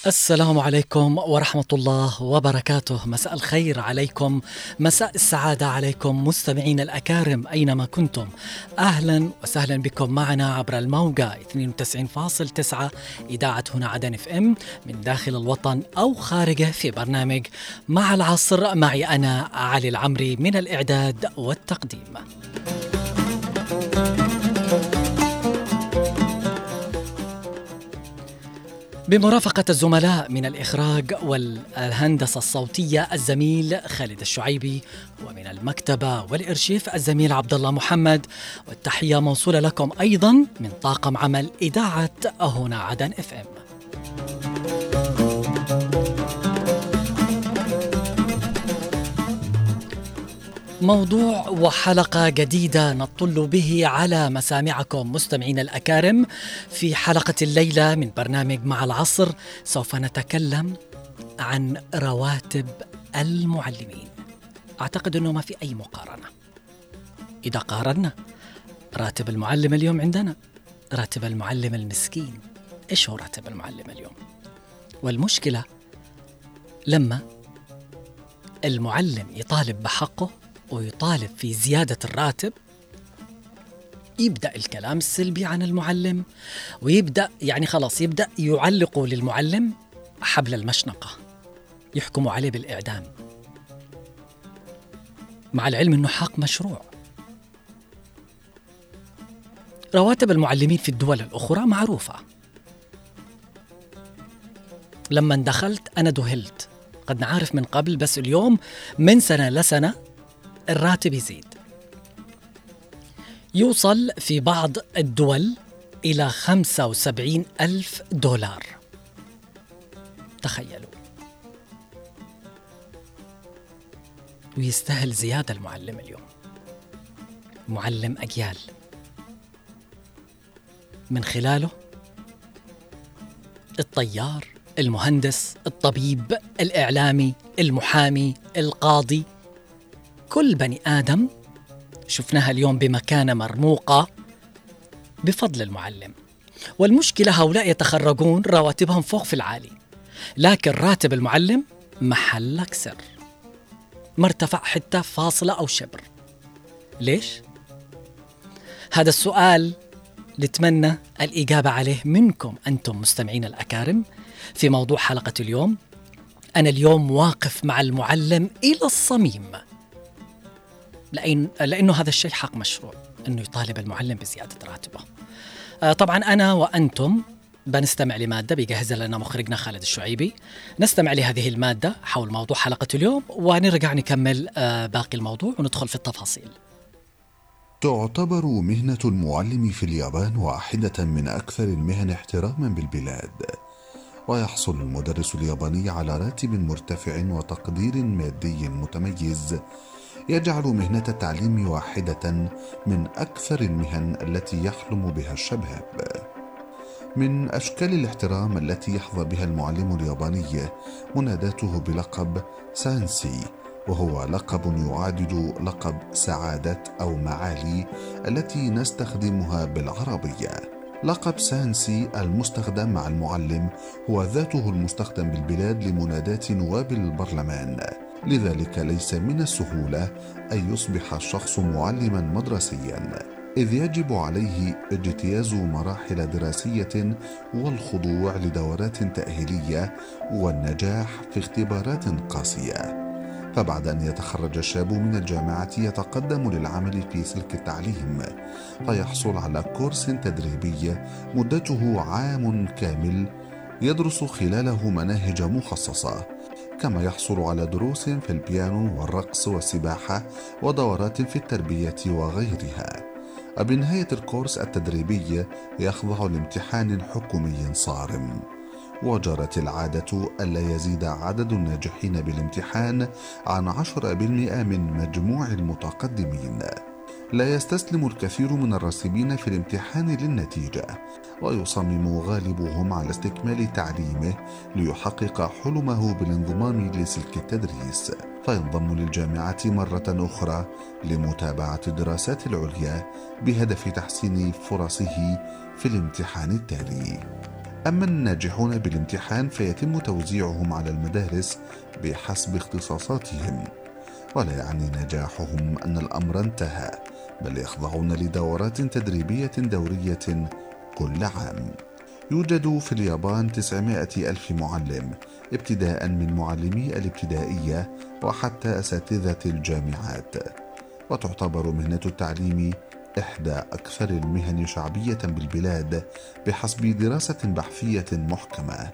السلام عليكم ورحمة الله وبركاته. مساء الخير عليكم، مساء السعادة عليكم مستمعين الأكارم أينما كنتم. أهلا وسهلا بكم معنا عبر الموجة 92.9 إذاعة هنا عدن اف ام من داخل الوطن أو خارجه في برنامج مع العصر. معي أنا علي العمري من الإعداد والتقديم. بمرافقة الزملاء من الإخراج والهندسة الصوتية الزميل خالد الشعيبي، ومن المكتبة والإرشيف الزميل عبد الله محمد، والتحية موصولة لكم أيضا من طاقم عمل إذاعة هنا عدن اف ام. موضوع وحلقة جديدة نطل به على مسامعكم مستمعين الأكارم. في حلقة الليلة من برنامج مع العصر سوف نتكلم عن رواتب المعلمين. أعتقد أنه ما في أي مقارنة. إذا قارنا راتب المعلم اليوم عندنا، راتب المعلم المسكين، إيش هو راتب المعلم اليوم؟ والمشكلة لما المعلم يطالب بحقه ويطالب في زيادة الراتب، يبدأ الكلام السلبي عن المعلم، ويبدأ خلاص يبدأ يعلقوا للمعلم حبل المشنقة، يحكموا عليه بالإعدام، مع العلم أنه حق مشروع. رواتب المعلمين في الدول الأخرى معروفة. لما دخلت أنا دهلت، قد نعرف من قبل، بس اليوم من سنة لسنة الراتب يزيد، يوصل في بعض الدول إلى 75,000 دولار. تخيلوا. ويستاهل زيادة المعلم اليوم، معلم أجيال، من خلاله الطيار، المهندس، الطبيب، الإعلامي، المحامي، القاضي، كل بني آدم شفناها اليوم بمكانة مرموقة بفضل المعلم. والمشكلة هؤلاء يتخرجون رواتبهم فوق في العالي، لكن راتب المعلم محلك سر، ما ارتفع حتى فاصلة أو شبر. ليش؟ هذا السؤال نتمنى الإجابة عليه منكم أنتم مستمعين الأكارم في موضوع حلقة اليوم. أنا اليوم واقف مع المعلم إلى الصميم، لأنه هذا الشيء حق مشروع، أنه يطالب المعلم بزيادة راتبه. طبعا أنا وأنتم بنستمع لمادة بيجهزها لنا مخرجنا خالد الشعيبي. نستمع لهذه المادة حول موضوع حلقة اليوم، ونرجع نكمل باقي الموضوع وندخل في التفاصيل. تعتبر مهنة المعلم في اليابان واحدة من أكثر المهن احتراما بالبلاد، ويحصل المدرس الياباني على راتب مرتفع وتقدير مادي متميز، يجعل مهنة التعليم واحدة من أكثر المهن التي يحلم بها الشباب. من أشكال الاحترام التي يحظى بها المعلم الياباني مناداته بلقب سانسي، وهو لقب يعادل لقب سعادة أو معالي التي نستخدمها بالعربية. لقب سانسي المستخدم مع المعلم هو ذاته المستخدم بالبلاد لمناداة نواب البرلمان، لذلك ليس من السهولة أن يصبح الشخص معلما مدرسيا، إذ يجب عليه اجتياز مراحل دراسية والخضوع لدورات تأهيلية والنجاح في اختبارات قاسية. فبعد أن يتخرج الشاب من الجامعة يتقدم للعمل في سلك التعليم، فيحصل على كورس تدريبي مدته عام كامل يدرس خلاله مناهج مخصصة، كما يحصل على دروس في البيانو والرقص والسباحة ودورات في التربية وغيرها. وبنهاية الكورس التدريبي يخضع لامتحان حكومي صارم، وجرت العادة ألا يزيد عدد الناجحين بالامتحان عن 10% من مجموع المتقدمين. لا يستسلم الكثير من الراسبين في الامتحان للنتيجة، ويصمم غالبهم على استكمال تعليمه ليحقق حلمه بالانضمام لسلك التدريس، فينضم للجامعة مرة أخرى لمتابعة الدراسات العليا بهدف تحسين فرصه في الامتحان التالي. أما الناجحون بالامتحان فيتم توزيعهم على المدارس بحسب اختصاصاتهم، ولا يعني نجاحهم أن الأمر انتهى، بل يخضعون لدورات تدريبية دورية كل عام. يوجد في اليابان 900 ألف معلم، ابتداء من معلمي الابتدائية وحتى أساتذة الجامعات، وتعتبر مهنة التعليم إحدى أكثر المهن شعبية بالبلاد بحسب دراسة بحثية محكمة،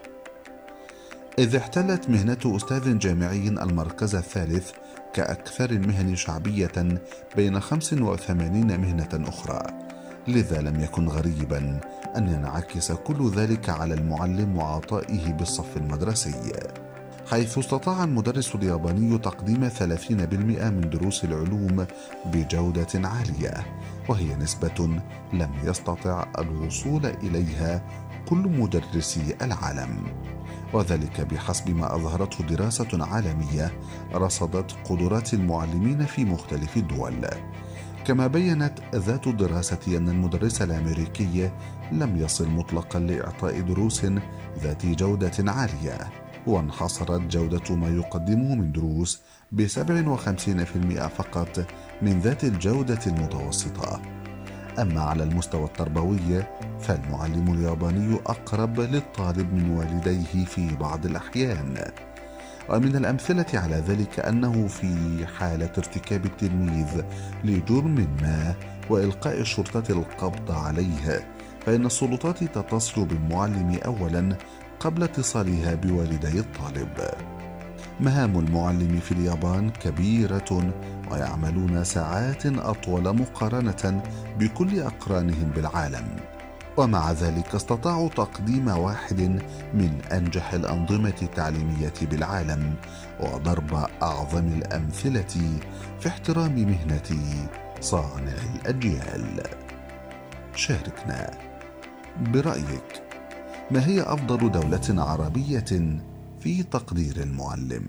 إذ احتلت مهنة أستاذ جامعي المركز الثالث كأكثر المهن شعبية بين 85 مهنة أخرى. لذا لم يكن غريبا أن ينعكس كل ذلك على المعلم وعطائه بالصف المدرسي، حيث استطاع المدرس الياباني تقديم 30% من دروس العلوم بجودة عالية، وهي نسبة لم يستطع الوصول إليها كل مدرسي العالم، وذلك بحسب ما أظهرته دراسة عالمية رصدت قدرات المعلمين في مختلف الدول. كما بيّنت ذات الدراسة أن المدرس الأمريكي لم يصل مطلقا لإعطاء دروس ذات جودة عالية، وانحصرت جودة ما يقدمه من دروس ب57% فقط من ذات الجودة المتوسطة. أما على المستوى التربوي فالمعلم الياباني أقرب للطالب من والديه في بعض الأحيان، ومن الأمثلة على ذلك أنه في حالة ارتكاب التلميذ لجرم ما وإلقاء الشرطة القبض عليه، فإن السلطات تتصل بالمعلم أولا قبل اتصالها بوالدي الطالب. مهام المعلم في اليابان كبيرة، ويعملون ساعات أطول مقارنة بكل أقرانهم بالعالم، ومع ذلك استطاعوا تقديم واحد من أنجح الأنظمة التعليمية بالعالم وضرب أعظم الأمثلة في احترام مهنة صانع الأجيال. شاركنا برأيك، ما هي أفضل دولة عربية في تقدير المعلم؟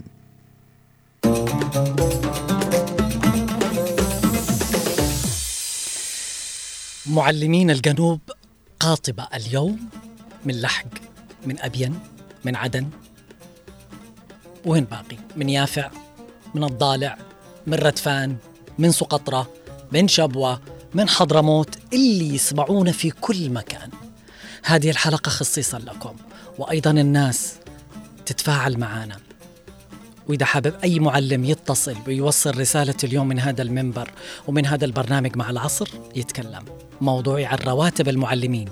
معلمين الجنوب قاطبة اليوم من لحج، من أبين، من عدن، وين باقي؟ من يافع، من الضالع، من ردفان، من سقطرة، من شبوة، من حضرموت، اللي يسمعون في كل مكان. هذه الحلقة خصيصا لكم، وأيضا الناس تتفاعل معنا. وإذا حابب أي معلم يتصل ويوصل رسالة اليوم من هذا المنبر ومن هذا البرنامج مع العصر يتكلم موضوعي عن رواتب المعلمين.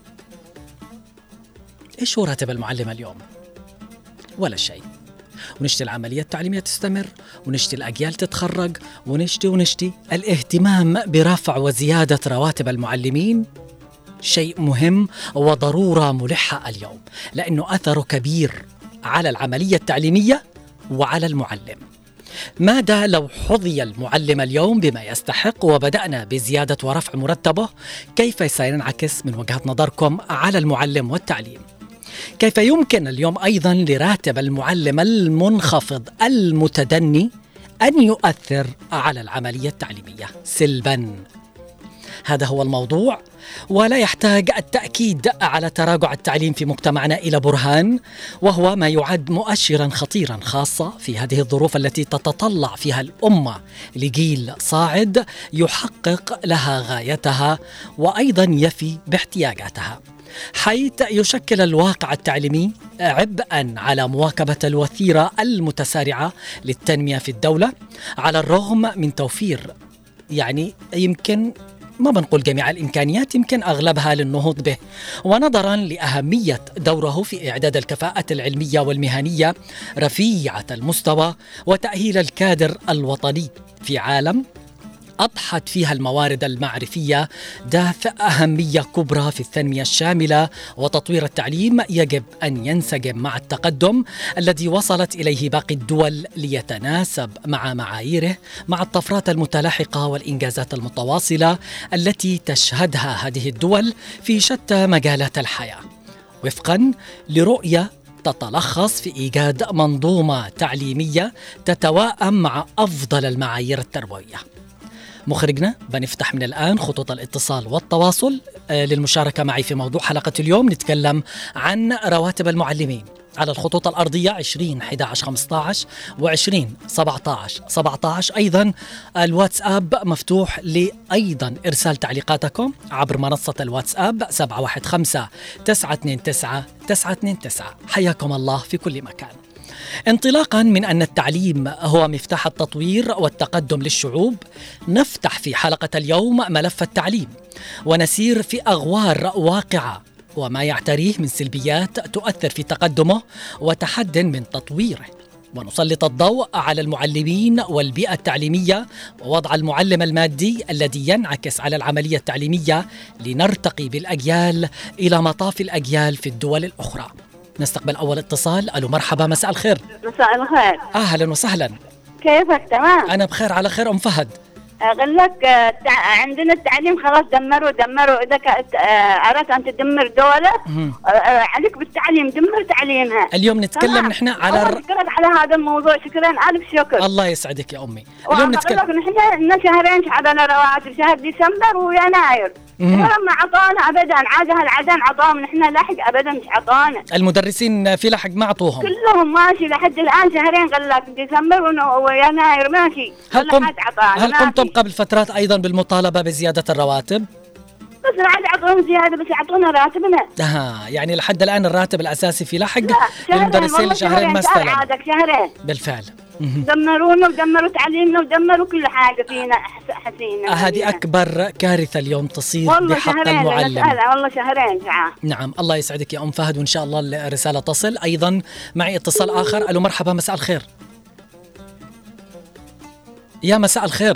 إيش هو راتب المعلم اليوم؟ ولا شيء. ونشتي العملية التعليمية تستمر، ونشتي الأجيال تتخرج، ونشتي الاهتمام برفع وزيادة رواتب المعلمين شيء مهم وضرورة ملحة اليوم، لأنه أثره كبير على العملية التعليمية وعلى المعلم. ماذا لو حظي المعلم اليوم بما يستحق وبدأنا بزيادة ورفع مرتبه؟ كيف سينعكس من وجهة نظركم على المعلم والتعليم؟ كيف يمكن اليوم أيضا لراتب المعلم المنخفض المتدني أن يؤثر على العملية التعليمية سلبا؟ هذا هو الموضوع، ولا يحتاج التأكيد على تراجع التعليم في مجتمعنا إلى برهان، وهو ما يعد مؤشرا خطيرا، خاصة في هذه الظروف التي تتطلع فيها الأمة لجيل صاعد يحقق لها غايتها وأيضا يفي باحتياجاتها، حيث يشكل الواقع التعليمي عبئا على مواكبة الوتيرة المتسارعة للتنمية في الدولة، على الرغم من توفير يمكن ما بنقول جميع الإمكانيات، يمكن أغلبها للنهوض به، ونظرا لأهمية دوره في إعداد الكفاءة العلمية والمهنية رفيعة المستوى وتأهيل الكادر الوطني في عالم أضحت فيها الموارد المعرفية ذات أهمية كبرى في التنمية الشاملة. وتطوير التعليم يجب أن ينسجم مع التقدم الذي وصلت إليه باقي الدول ليتناسب مع معاييره، مع الطفرات المتلاحقة والإنجازات المتواصلة التي تشهدها هذه الدول في شتى مجالات الحياة، وفقا لرؤية تتلخص في إيجاد منظومة تعليمية تتواءم مع أفضل المعايير التربوية. مخرجنا بنفتح من الآن خطوط الاتصال والتواصل للمشاركة معي في موضوع حلقة اليوم. نتكلم عن رواتب المعلمين على الخطوط الأرضية 20 11 15 و20 17 17. أيضا الواتساب مفتوح لأيضا إرسال تعليقاتكم عبر منصة الواتساب 715 929 929. حياكم الله في كل مكان. انطلاقا من أن التعليم هو مفتاح التطوير والتقدم للشعوب، نفتح في حلقة اليوم ملف التعليم ونسير في أغوار واقعة وما يعتريه من سلبيات تؤثر في تقدمه وتحد من تطويره، ونسلط الضوء على المعلمين والبيئة التعليمية ووضع المعلم المادي الذي ينعكس على العملية التعليمية لنرتقي بالأجيال إلى مطاف الأجيال في الدول الأخرى. نستقبل أول اتصال. ألو مرحبا، مساء الخير. مساء الخير. أهلا وسهلا. كيفك؟ تمام. أنا بخير على خير. أم فهد، أقول لك عندنا التعليم خلاص دمروا. إذا أردت أن تدمر دولة عليك بالتعليم، دمر تعليمها. اليوم نتكلم نحن على شكرا على هذا الموضوع، شكرا ألف شكر. الله يسعدك يا أمي. اليوم نتكلم نحن شهرين على رواتب، شهر ديسمبر ويناير. ما عطانا أبدا، العدن عطاهم، نحن لحق أبدا مش عطانا. المدرسين في لحق ما عطوهم كلهم ماشي لحد الآن، شهرين قال لك ديسمبر ويناير ماشي. هل قمتم قبل فترات أيضا بالمطالبة بزيادة الرواتب؟ بس عاد يعطون زيادة، بس يعطونا راتبنا. يعني لحد الآن الراتب الأساسي في لحق للمدرسين لشهرين ما استلم. شهرين بالفعل. دمرونا ودمروا تعليمنا ودمروا كل حاجة فينا حسينا. هذه أكبر كارثة اليوم تصير بحق المعلم. والله شهرين ساعة. نعم، الله يسعدك يا أم فهد، وإن شاء الله الرسالة تصل. أيضا معي اتصال آخر. ألو مرحبا، مساء الخير. يا مساء الخير.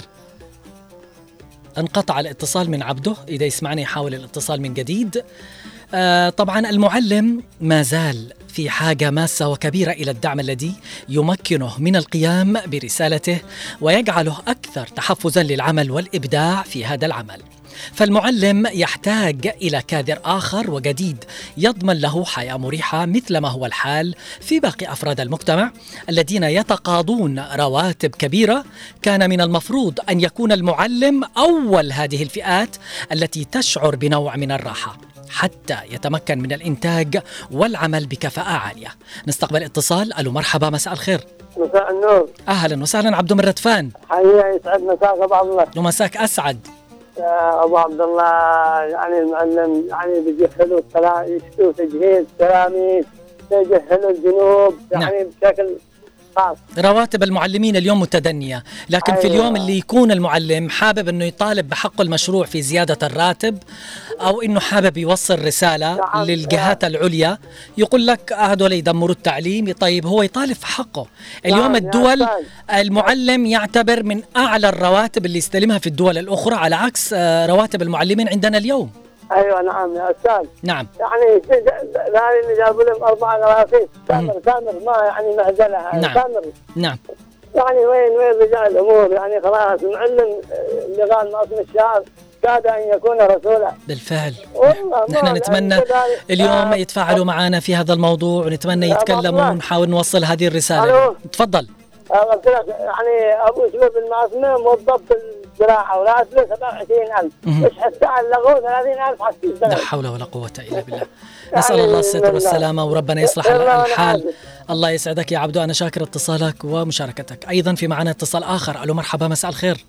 انقطع الاتصال من عبده، إذا يسمعني يحاول الاتصال من جديد. طبعا المعلم ما زال في حاجة ماسة وكبيرة إلى الدعم الذي يمكنه من القيام برسالته ويجعله أكثر تحفزا للعمل والإبداع في هذا العمل. فالمعلم يحتاج إلى كادر آخر وجديد يضمن له حياة مريحة مثل ما هو الحال في باقي أفراد المجتمع الذين يتقاضون رواتب كبيرة. كان من المفروض أن يكون المعلم أول هذه الفئات التي تشعر بنوع من الراحة حتى يتمكن من الإنتاج والعمل بكفاءة عالية. نستقبل اتصال. ألو مرحبا، مساء الخير. مساء النور. أهلا وسهلا، عبد من ردفان. حيا يسعد مساك أبو عبد الله. ومساك أسعد يا أبو عبد الله. يعني المعلم يعني بيجهلوا يشتوا تجهيز تلاميذ، يجهلوا الجنوب يعني بشكل خاص. رواتب المعلمين اليوم متدنية، لكن في اليوم اللي يكون المعلم حابب أنه يطالب بحقه المشروع في زيادة الراتب أو أنه حابب يوصل رسالة للجهات العليا، يقول لك هذول يدمروا التعليم. طيب هو يطالب في حقه. اليوم الدول المعلم يعتبر من أعلى الرواتب اللي يستلمها في الدول الأخرى على عكس رواتب المعلمين عندنا اليوم. ايوه نعم يا استاذ. نعم. يعني لا جابوا لهم 4 غرافيل سامر ما يعني مهزله. نعم. سامر. نعم. يعني وين رجال الامور؟ يعني خلاص المعلم اللي قال ما اسم الشهر كاد ان يكون رسولا. بالفعل. نحن نتمنى اليوم يتفاعلوا معنا في هذا الموضوع ونتمنى يتكلموا ونحاول نوصل هذه الرساله. تفضل. قلت لك يعني ابو شباب المعصمه موظف بالزراعه وراتبه 27,000، مش حتى لغوه 30,000 حتى. لا حول ولا قوه الا بالله. نسال الله الستر والسلامه وربنا يصلح الحال. الله يسعدك يا عبدو، انا شاكر اتصالك ومشاركتك. ايضا في معنا اتصال اخر. الو مرحبا، مساء الخير.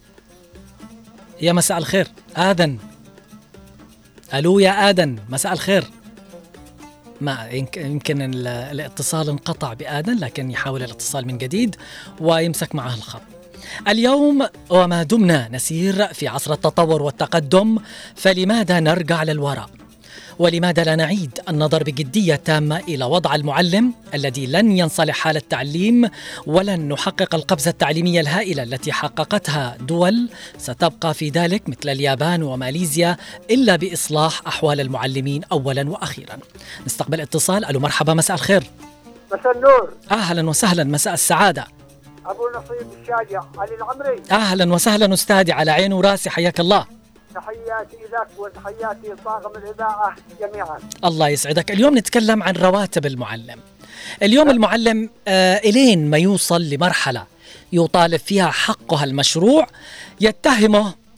يا مساء الخير آذن. ألو يا آذن، مساء الخير. ما يمكن الاتصال انقطع بآذن، لكن يحاول الاتصال من جديد ويمسك معه الخط. اليوم وما دمنا نسير في عصر التطور والتقدم، فلماذا نرجع للوراء؟ ولماذا لا نعيد النظر بجدية تامة إلى وضع المعلم الذي لن ينصلح حال التعليم ولن نحقق القفزة التعليمية الهائلة التي حققتها دول ستبقى في ذلك مثل اليابان وماليزيا إلا بإصلاح أحوال المعلمين أولا وأخيرا. نستقبل اتصال. ألو مرحبا، مساء الخير. مساء النور. أهلا وسهلا، مساء السعادة. أبو نصيب الشاجع علي العمري. أهلا وسهلا أستاذي، على عيني وراسي، حياك الله. تحياتي لك وتحياتي لطاقم الإذاعة جميعا. الله يسعدك. اليوم نتكلم عن رواتب المعلم. اليوم المعلم إلين ما يوصل لمرحلة يطالب فيها حقها المشروع يتهمه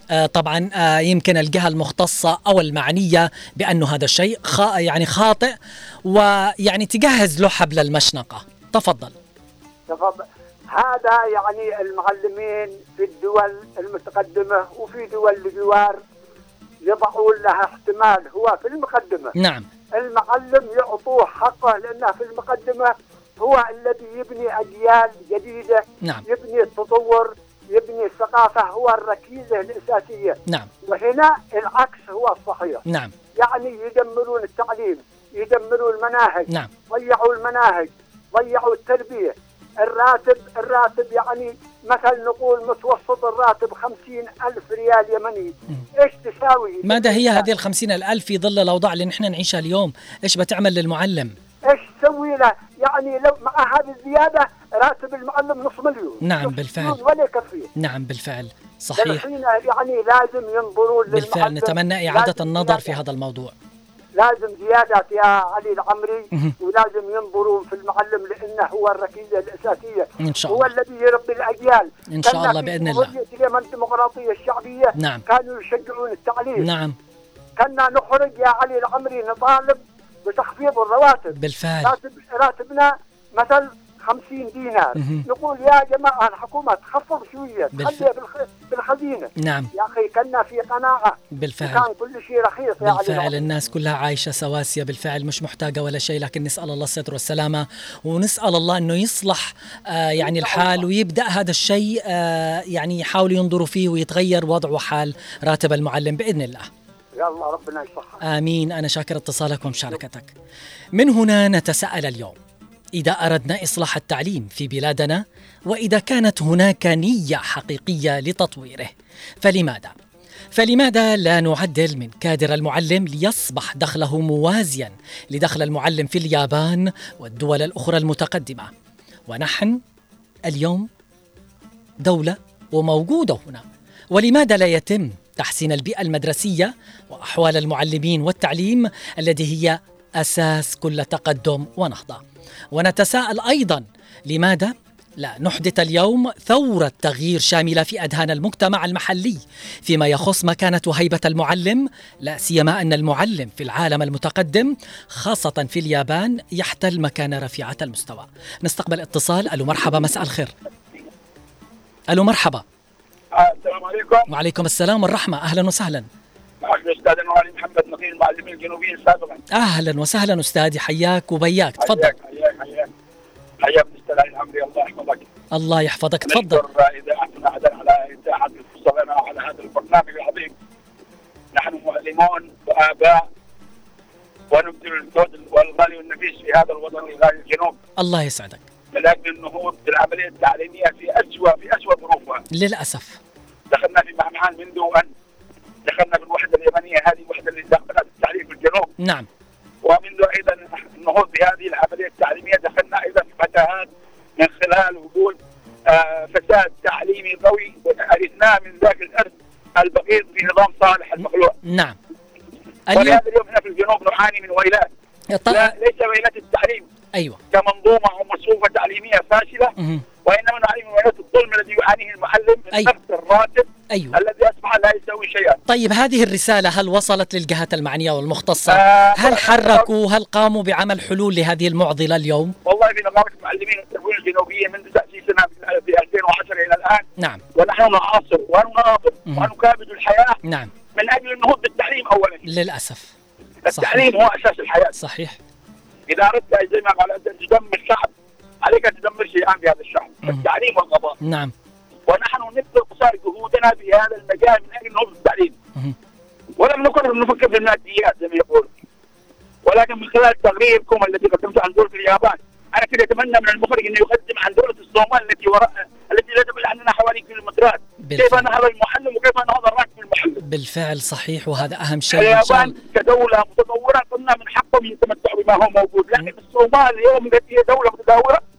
طبعا يمكن الجهة المختصة أو المعنية بأنه هذا الشيء يعني خاطئ، ويعني تجهز له حبل المشنقة. تفضل. هذا يعني المعلمين في الدول المتقدمة وفي دول الجوار يضعون لها احتمال، هو في المقدمة. نعم. المعلم يعطوه حقه لأنه في المقدمة، هو الذي يبني أجيال جديدة. نعم. يبني التطور، يبني الثقافة، هو الركيزة الأساسية. نعم. وهنا العكس هو الصحيح. نعم. يعني يدمرون التعليم، يدمرون المناهج. نعم. ضيعوا المناهج، ضيعوا التربية. الراتب يعني مثل نقول متوسط الراتب 50,000 ريال يمني. إيش تساوي؟ ماذا هي هذه 50,000 في ظل الأوضاع اللي نحن نعيشها اليوم؟ إيش بتعمل للمعلم؟ إيش تسوي له؟ يعني لو مع هذه الزيادة راتب المعلم نص مليون. نعم بالفعل. ولا يكفيه. نعم بالفعل صحيح. يعني لازم ينظرون للمعلم. بالفعل نتمنى إعادة النظر في هذا الموضوع. لازم زيادة يا علي العمري، ولازم ينظرون في المعلم لأنه هو الركيزة الأساسية. إن شاء الله. هو الذي يربي الأجيال. إن شاء الله بإذن الله. الديمقراطية الشعبية. نعم. كانوا يشجعون التعليم. نعم. كنا نخرج يا علي العمري نطالب بتخفيض الرواتب. بالفعل. راتبنا مثل 50 دينار. نقول يا جماعة الحكومة تخفض شوية، تخليها بالخزينة. نعم يا أخي كنا في قناعة. بالفعل. كان كل شيء رخيص. بالفعل الناس كلها عايشة سواسية بالفعل، مش محتاجة ولا شيء، لكن نسأل الله الستر والسلامة، ونسأل الله أنه يصلح يعني الحال، ويبدأ هذا الشيء يعني يحاولوا ينظروا فيه ويتغير وضع وحال راتب المعلم بإذن الله. يا الله ربنا يصلحك. آمين. أنا شاكر اتصالك ومشاركتك. من هنا نتساءل اليوم: إذا أردنا إصلاح التعليم في بلادنا، وإذا كانت هناك نية حقيقية لتطويره، فلماذا لا نعدل من كادر المعلم ليصبح دخله موازيا لدخل المعلم في اليابان والدول الأخرى المتقدمة؟ ونحن اليوم دولة وموجودة هنا، ولماذا لا يتم تحسين البيئة المدرسية وأحوال المعلمين والتعليم التي هي أساس كل تقدم ونهضة؟ ونتساءل أيضا: لماذا لا نحدث اليوم ثورة تغيير شاملة في أذهان المجتمع المحلي فيما يخص مكانة وهيبة المعلم، لا سيما أن المعلم في العالم المتقدم خاصة في اليابان يحتل مكانة رفيعة المستوى. نستقبل اتصال. ألو مرحبا، مساء الخير. ألو مرحبا. السلام عليكم. وعليكم السلام والرحمة، أهلا وسهلا. معك الأستاذ الوالي محمد نقيل، المعلمين الجنوبيين سابقا. أهلا وسهلا أستاذي، حياك وبياك. تفضل. حياك الأستاذ العمري، الله يحفظك. الله يحفظك. تفضل. نشكر إذاعتنا على إتاحة الفرصة لنا على هذا البرنامج العظيم. نحن معلمون وآباء ونبذل الجهد والغالي والنفيس في هذا الوطن الغالي الجنوب. الله يسعدك. لكن النهوض بالعملية التعليمية في أسوأ ظروفها للأسف. دخلنا في معمعان منذ أن دخلنا بالوحدة اليمنية، هذه الوحدة اللي دخلت التعليم في الجنوب. نعم. ومنذ أيضا النهوض بهذه العملية التعليمية دخلنا أيضا في متاهات من خلال وجود فساد تعليمي قوي، وأرثناه من ذاك الأرث البغيض في نظام صالح المخلوع. نعم. ولهذا اليوم احنا في الجنوب نعاني من ويلات. ليس ويلات التعليم أيوة كمنظومة أو مصفوفة تعليمية فاشلة، وإنما نعاني من ويلات الظلم الذي يعانيه المعلم من نفس الراتب. أيوة. الذي أصبح لا يسوي شيئا. طيب هذه الرسالة هل وصلت للجهات المعنية والمختصة؟ هل حركوا، هل قاموا بعمل حلول لهذه المعضلة اليوم؟ والله في نقابة المعلمين والتربويين الجنوبيين منذ تأسيسنا في 2010 إلى الآن. نعم. ونحن نعاصر ونناضل ونكابد الحياة. نعم. من أجل النهوض بالتعليم أولا. للأسف. التعليم هو أساس الحياة. صحيح. إذا أردت زي ما قال أن تدمر شعب، عليك أن تدمر شيئا في هذا الشعب، التعليم والقضاء. نعم. ونحن نبذل قصارى جهودنا في هذا المجال من أجل نهوض بالتعليم. ولم نفكر في الماديات زي ما يقول، ولكن من خلال تغريبكم التي قدمت عن دولة اليابان، أنا كنت أتمنى من المخرج أن يقدم عن دولة الصومال التي لا تبعد عننا حوالي كيلومترات. كيف نهض المعلم وكيف نهض الراتب المعلم. بالفعل صحيح، وهذا أهم شيء. اليابان كدولة متطورة قلنا من حقهم يتمتعوا بما هو موجود، لكن الصومال اليوم التي هي دولة متدهورة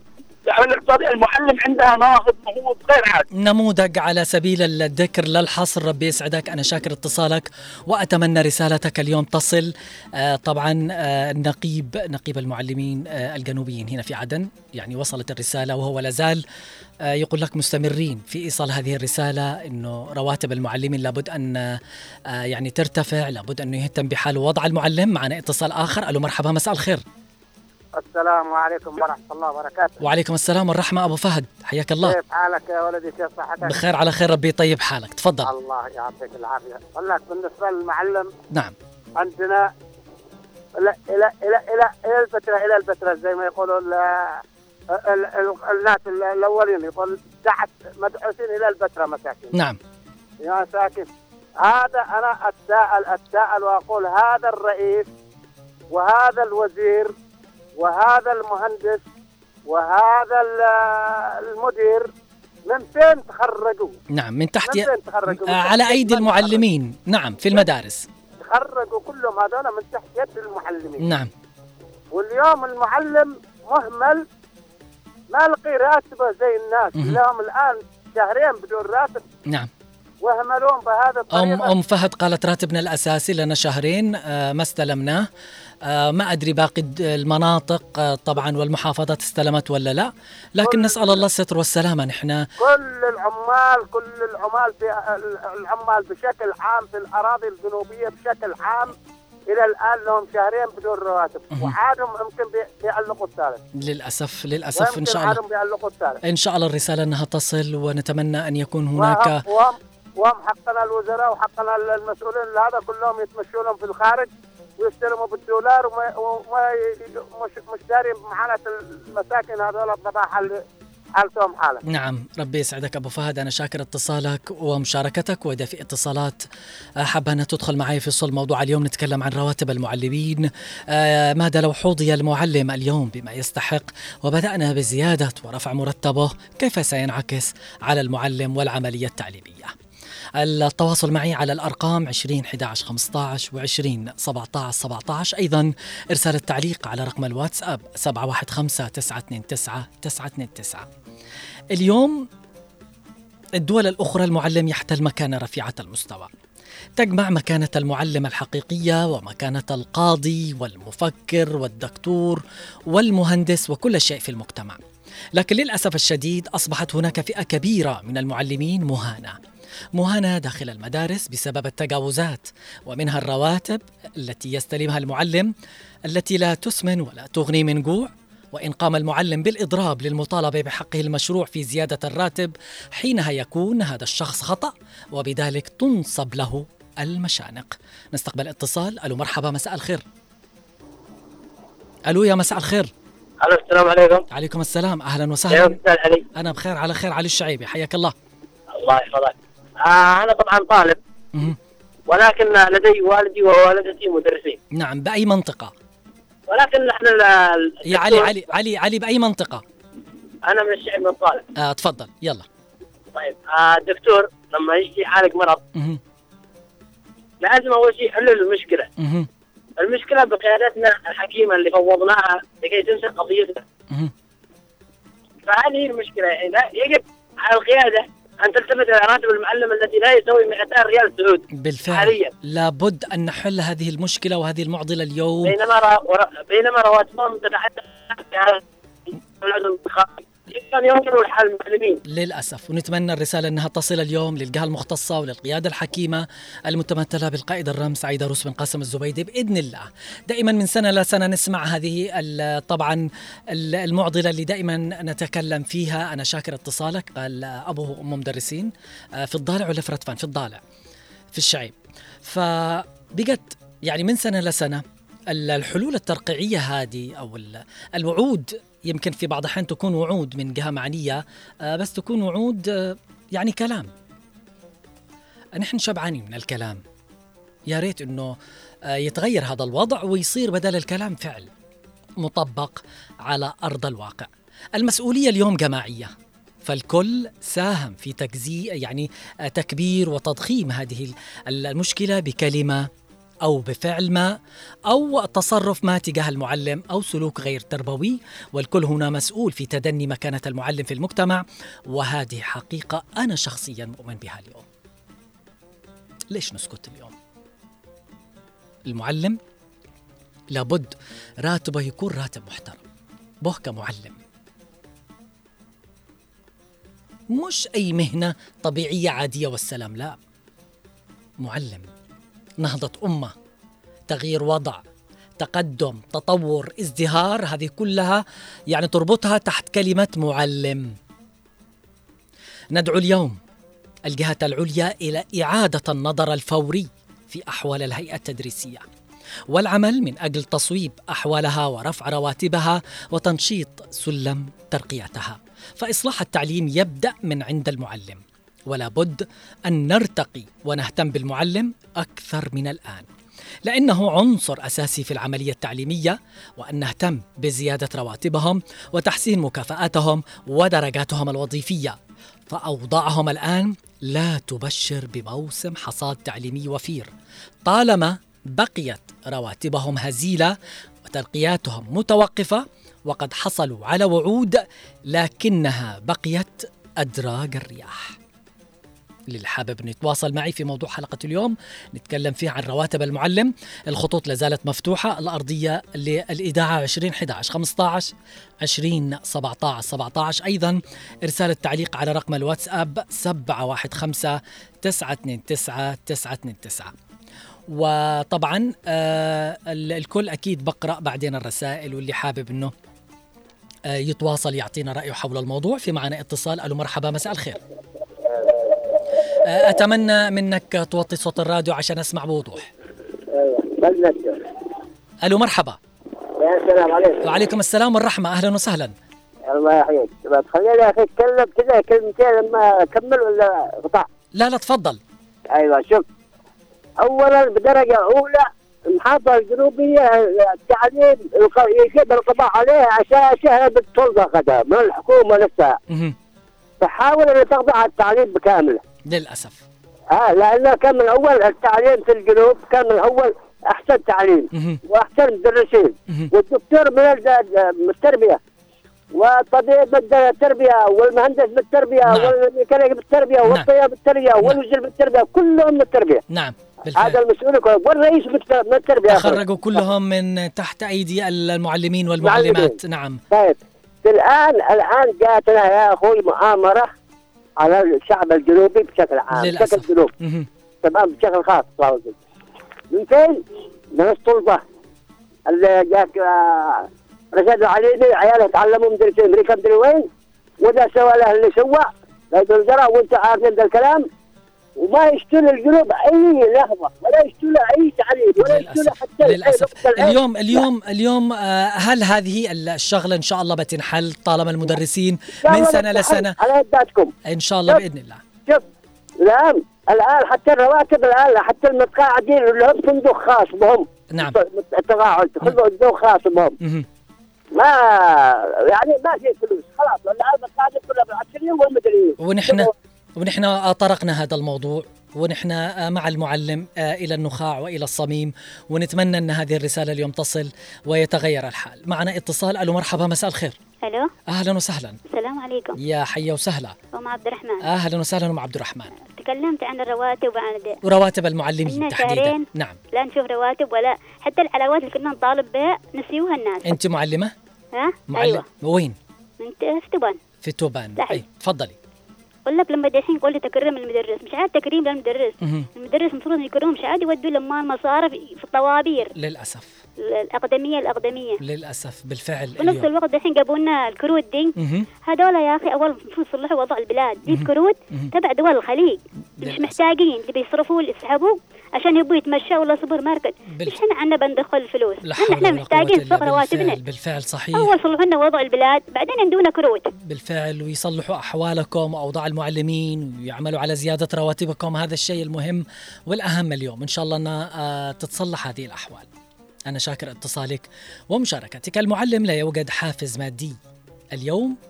التحول الاقتصادي المعلم عندها ناهض نهوض غير عادي. نموذج على سبيل الذكر لا الحصر. ربي يسعدك، أنا شاكر اتصالك وأتمنى رسالتك اليوم تصل. طبعا نقيب المعلمين الجنوبيين هنا في عدن يعني وصلت الرسالة، وهو لازال يقول لك مستمرين في إيصال هذه الرسالة إنه رواتب المعلمين لابد أن يعني ترتفع، لابد أنه يهتم بحال وضع المعلم. معنا اتصال آخر. ألو مرحبا، مساء الخير. السلام عليكم ورحمة الله وبركاته. وعليكم السلام والرحمة. أبو فهد حياك الله. كيف حالك يا ولدي؟ كيف صحتك؟ بخير على خير، ربي يطيب حالك. تفضل. الله يعطيك العافية. والله بالنسبة للمعلم نعم عندنا إلى الفترة زي ما يقولوا الناس الأولين يقول دعت مدعوسين إلى الفترة مساكين. نعم يا ساكن، هذا أنا أتساءل وأقول هذا الرئيس وهذا الوزير وهذا المهندس وهذا المدير من فين تخرجوا؟ نعم من تحت تخرجوا؟ على أيدي المعلمين. نعم في المدارس تخرجوا كلهم هذول من تحت يد المعلمين. نعم. واليوم المعلم مهمل، ما لقي راتبه زي الناس. اليوم الآن شهرين بدون راتب. نعم. وهملون بهذا الطريقة. أم فهد قالت راتبنا الأساسي لنا شهرين ما استلمناه. ما أدري باقي المناطق طبعا والمحافظات استلمت ولا لا، لكن نسأل الله الستر والسلامة. نحن كل العمال بشكل عام في الأراضي الجنوبية بشكل عام إلى الآن لهم شهرين بدون رواتب، وعادهم يمكن بيعلقوا الثالث. للأسف إن شاء الله إن شاء الله الرسالة أنها تصل، ونتمنى أن يكون هناك وهم حقنا الوزراء وحقنا المسؤولين هذا كلهم يتمشوا لهم في الخارج ويستلموا بالدولار وما مش دارين معاناة المساكن هذول الضباح اللي حالتهم حالة. نعم ربي يسعدك أبو فهد، أنا شاكر اتصالك ومشاركتك، وإذا في اتصالات حابة أن تدخل معي في صلب موضوع اليوم نتكلم عن رواتب المعلمين. ماذا لو حوضي المعلم اليوم بما يستحق وبدأنا بزيادة ورفع مرتبه، كيف سينعكس على المعلم والعملية التعليمية؟ التواصل معي على الأرقام 20 11 15 و20 17 17. أيضا إرسال التعليق على رقم الواتساب 715 929 929. اليوم الدول الأخرى المعلم يحتل مكانة رفيعة المستوى، تجمع مكانة المعلم الحقيقية ومكانة القاضي والمفكر والدكتور والمهندس وكل شيء في المجتمع. لكن للأسف الشديد أصبحت هناك فئة كبيرة من المعلمين مهانة داخل المدارس بسبب التجاوزات، ومنها الرواتب التي يستلمها المعلم التي لا تسمن ولا تغني من جوع. وإن قام المعلم بالإضراب للمطالبة بحقه المشروع في زيادة الراتب، حينها يكون هذا الشخص خطأ، وبذلك تنصب له المشانق. نستقبل اتصال. ألو مرحبا، مساء الخير. ألو يا مساء الخير. ألو السلام عليكم. عليكم السلام، أهلا وسهلا. علي. أنا بخير على خير. علي الشعيبي حياك الله. الله يحفظك. أنا طبعا طالب ولكن لدي والدي ووالدتي مدرسين. نعم. بأي منطقة؟ ولكن نحن يا علي بأي منطقة؟ أنا من الشعب من طالب. تفضل يلا. طيب الدكتور لما يجي يعالج مرض لازم أول شيء يحل المشكلة. المشكلة بقيادتنا الحكيمة اللي فوضناها لكي تنسى قضيتنا. فهذه المشكلة، يعني يجب على القيادة أن تلتفت إلى راتب المعلم الذي لا يساوي 200 ريال سعودي. بالفعل حاليا لابد أن نحل هذه المشكلة وهذه المعضلة اليوم. بينما رواتبهم تتحدث عن يمكن الحال المعلمين للأسف. ونتمنى الرسالة أنها تصل اليوم للجهة المختصة وللقيادة الحكيمة المتمثلة بالقائد الرمس عيد روس بن قاسم الزبيدي بإذن الله. دائما من سنة لسنة نسمع هذه طبعا المعضلة اللي دائما نتكلم فيها. أنا شاكر اتصالك. قال أبوه وأمه مدرسين في الضالع ولا في رتفان؟ في الضالع في الشعيب. فبقت يعني من سنة لسنة الحلول الترقيعية هذه أو الوعود يمكن في بعض الأحيان تكون وعود من جهة معنية، بس تكون وعود يعني كلام. نحن شبعانين من الكلام. يا ريت إنه يتغير هذا الوضع ويصير بدل الكلام فعل مطبق على أرض الواقع. المسؤولية اليوم جماعية، فالكل ساهم في تكبير وتضخيم هذه المشكلة بكلمة أو بفعل ما أو تصرف ما تجاه المعلم أو سلوك غير تربوي، والكل هنا مسؤول في تدني مكانة المعلم في المجتمع، وهذه حقيقة أنا شخصيا مؤمن بها اليوم. ليش نسكت اليوم؟ المعلم لابد راتبه يكون راتب محترم، به كمعلم، مش أي مهنة طبيعية عادية والسلام، لا، معلم، نهضة أمة، تغيير وضع، تقدم، تطور، ازدهار، هذه كلها يعني تربطها تحت كلمة معلم. ندعو اليوم الجهات العليا إلى إعادة النظر الفوري في أحوال الهيئة التدريسية، والعمل من أجل تصويب أحوالها ورفع رواتبها وتنشيط سلم ترقيتها. فإصلاح التعليم يبدأ من عند المعلم، ولا بد أن نرتقي ونهتم بالمعلم أكثر من الآن، لأنه عنصر أساسي في العملية التعليمية، وأن نهتم بزيادة رواتبهم وتحسين مكافآتهم ودرجاتهم الوظيفية، فأوضاعهم الآن لا تبشر بموسم حصاد تعليمي وفير طالما بقيت رواتبهم هزيلة وترقياتهم متوقفة، وقد حصلوا على وعود لكنها بقيت أدراج الرياح. اللي حابب يتواصل معي في موضوع حلقة اليوم نتكلم فيه عن رواتب المعلم، الخطوط لازالت مفتوحة، الأرضية للإذاعة 2011 15 20 17 17، أيضا إرسال التعليق على رقم الواتساب 715 929 929. وطبعا الكل أكيد بقرأ بعدين الرسائل، واللي حابب أنه يتواصل يعطينا رأيه حول الموضوع. في معنا اتصال. ألو مرحبا، مساء الخير. أتمنى منك توطي صوت الراديو عشان أسمع بوضوح. ألو مرحبا. يا سلام عليكم. وعليكم السلام والرحمة، أهلا وسهلا. الله يحييك. خليني يا أخي أتكلم كذا كلمتين لما أكمل ولا قطع؟ لا تفضل. أيوة، شوف، أولا بدرجة أولى المحافظة الجنوبية التعليم يجب القضاء عليه عشان شهادة السلطة أخذها من الحكومة نفسها. تحاول أن تخضع التعليم بكامله. للأسف. لأنه كان من أول التعليم في الجنوب كان من أول أحسن تعليم وأحسن مدرسين، والدكتور من التربية، والطبيب بالتربية، والمهندس بالتربية، والميكانيكي بالتربية، والطيار بالتربية، والوزير بالتربية، كلهم بالتربية. نعم بالفعل. هذا المسؤول والرئيس من التربية. تخرجوا كلهم من تحت أيدي المعلمين والمعلمات. نعم. طيب الآن جاءتنا يا أخوي مؤامرة على الشعب الجنوبي بشكل عام، للأسف. بشكل جنوب تمام، بشكل خاص. من فين؟ من السلطة اللي جاك رشاد العليمي، عياله تعلموا مدرسين أمريكا مدري وين، وده سوى له اللي سوى هذا الجرى، وانت عارفين ذا الكلام، وما يشتري الجنوب اي لحظه ولا يشتري اي تعليم ولا يشتري حتى للاسف. اليوم هل هذه الشغله ان شاء الله بتنحل طالما المدرسين من سنه لسنه على يداتكم ان شاء الله باذن الله؟ شوف الان حتى الرواتب الان حتى المتقاعدين لهم صندوق خاص بهم. نعم. التقاعد صندوق خاص بهم. ما يعني ما في فلوس خلاص، الان المتقاعدين كلها بالعشرين والمدريين. ونحن طرقنا هذا الموضوع، ونحن مع المعلم إلى النخاع وإلى الصميم، ونتمنى أن هذه الرسالة اليوم تصل ويتغير الحال. معنا اتصال. ألو مرحبا، مساء الخير. ألو. أهلا وسهلا. السلام عليكم. يا حيا وسهلا. أم عبد الرحمن. أهلا وسهلا أم عبد الرحمن. تكلمت عن الرواتب ورواتب المعلمين تحديدا. نعم. لا نشوف رواتب ولا حتى العلاوات اللي كنا نطالب بها نسيوها الناس. أنت معلمة؟ أيوة. وين؟ في توبان. في توبان. أي تفضلي. أقول لك لما دحين قول لي تكرم المدرس، مش عاد تكريم للمدرس. المدرس المفروض يكرمهم، مش عاد يودوا لما مصارف في الطوابير. للأسف. الأقدمية للأسف بالفعل. في نفس الوقت دحين جابوا لنا الكروت دي، هذول يا أخي أول المفروض يصلحوا وضع البلاد. دي الكروت تبع دول الخليج، مش محتاجين اللي بيصرفوا اللي يسحبوا عشان يبوا يتمشوا ولا سوبر ماركت. مش احنا عندنا بندخل الفلوس، احنا محتاجين صغر رواتبنا. بالفعل صحيح. أول صلحوا لنا وضع البلاد بعدين يدونا كروت. بالفعل، ويصلحوا أحوالكم وأوضاع المعلمين ويعملوا على زيادة رواتبكم. هذا الشيء المهم والأهم اليوم، إن شاء الله أن تتصلح هذه الأحوال. أنا شاكر اتصالك ومشاركتك. المعلم لا يوجد حافز مادي اليوم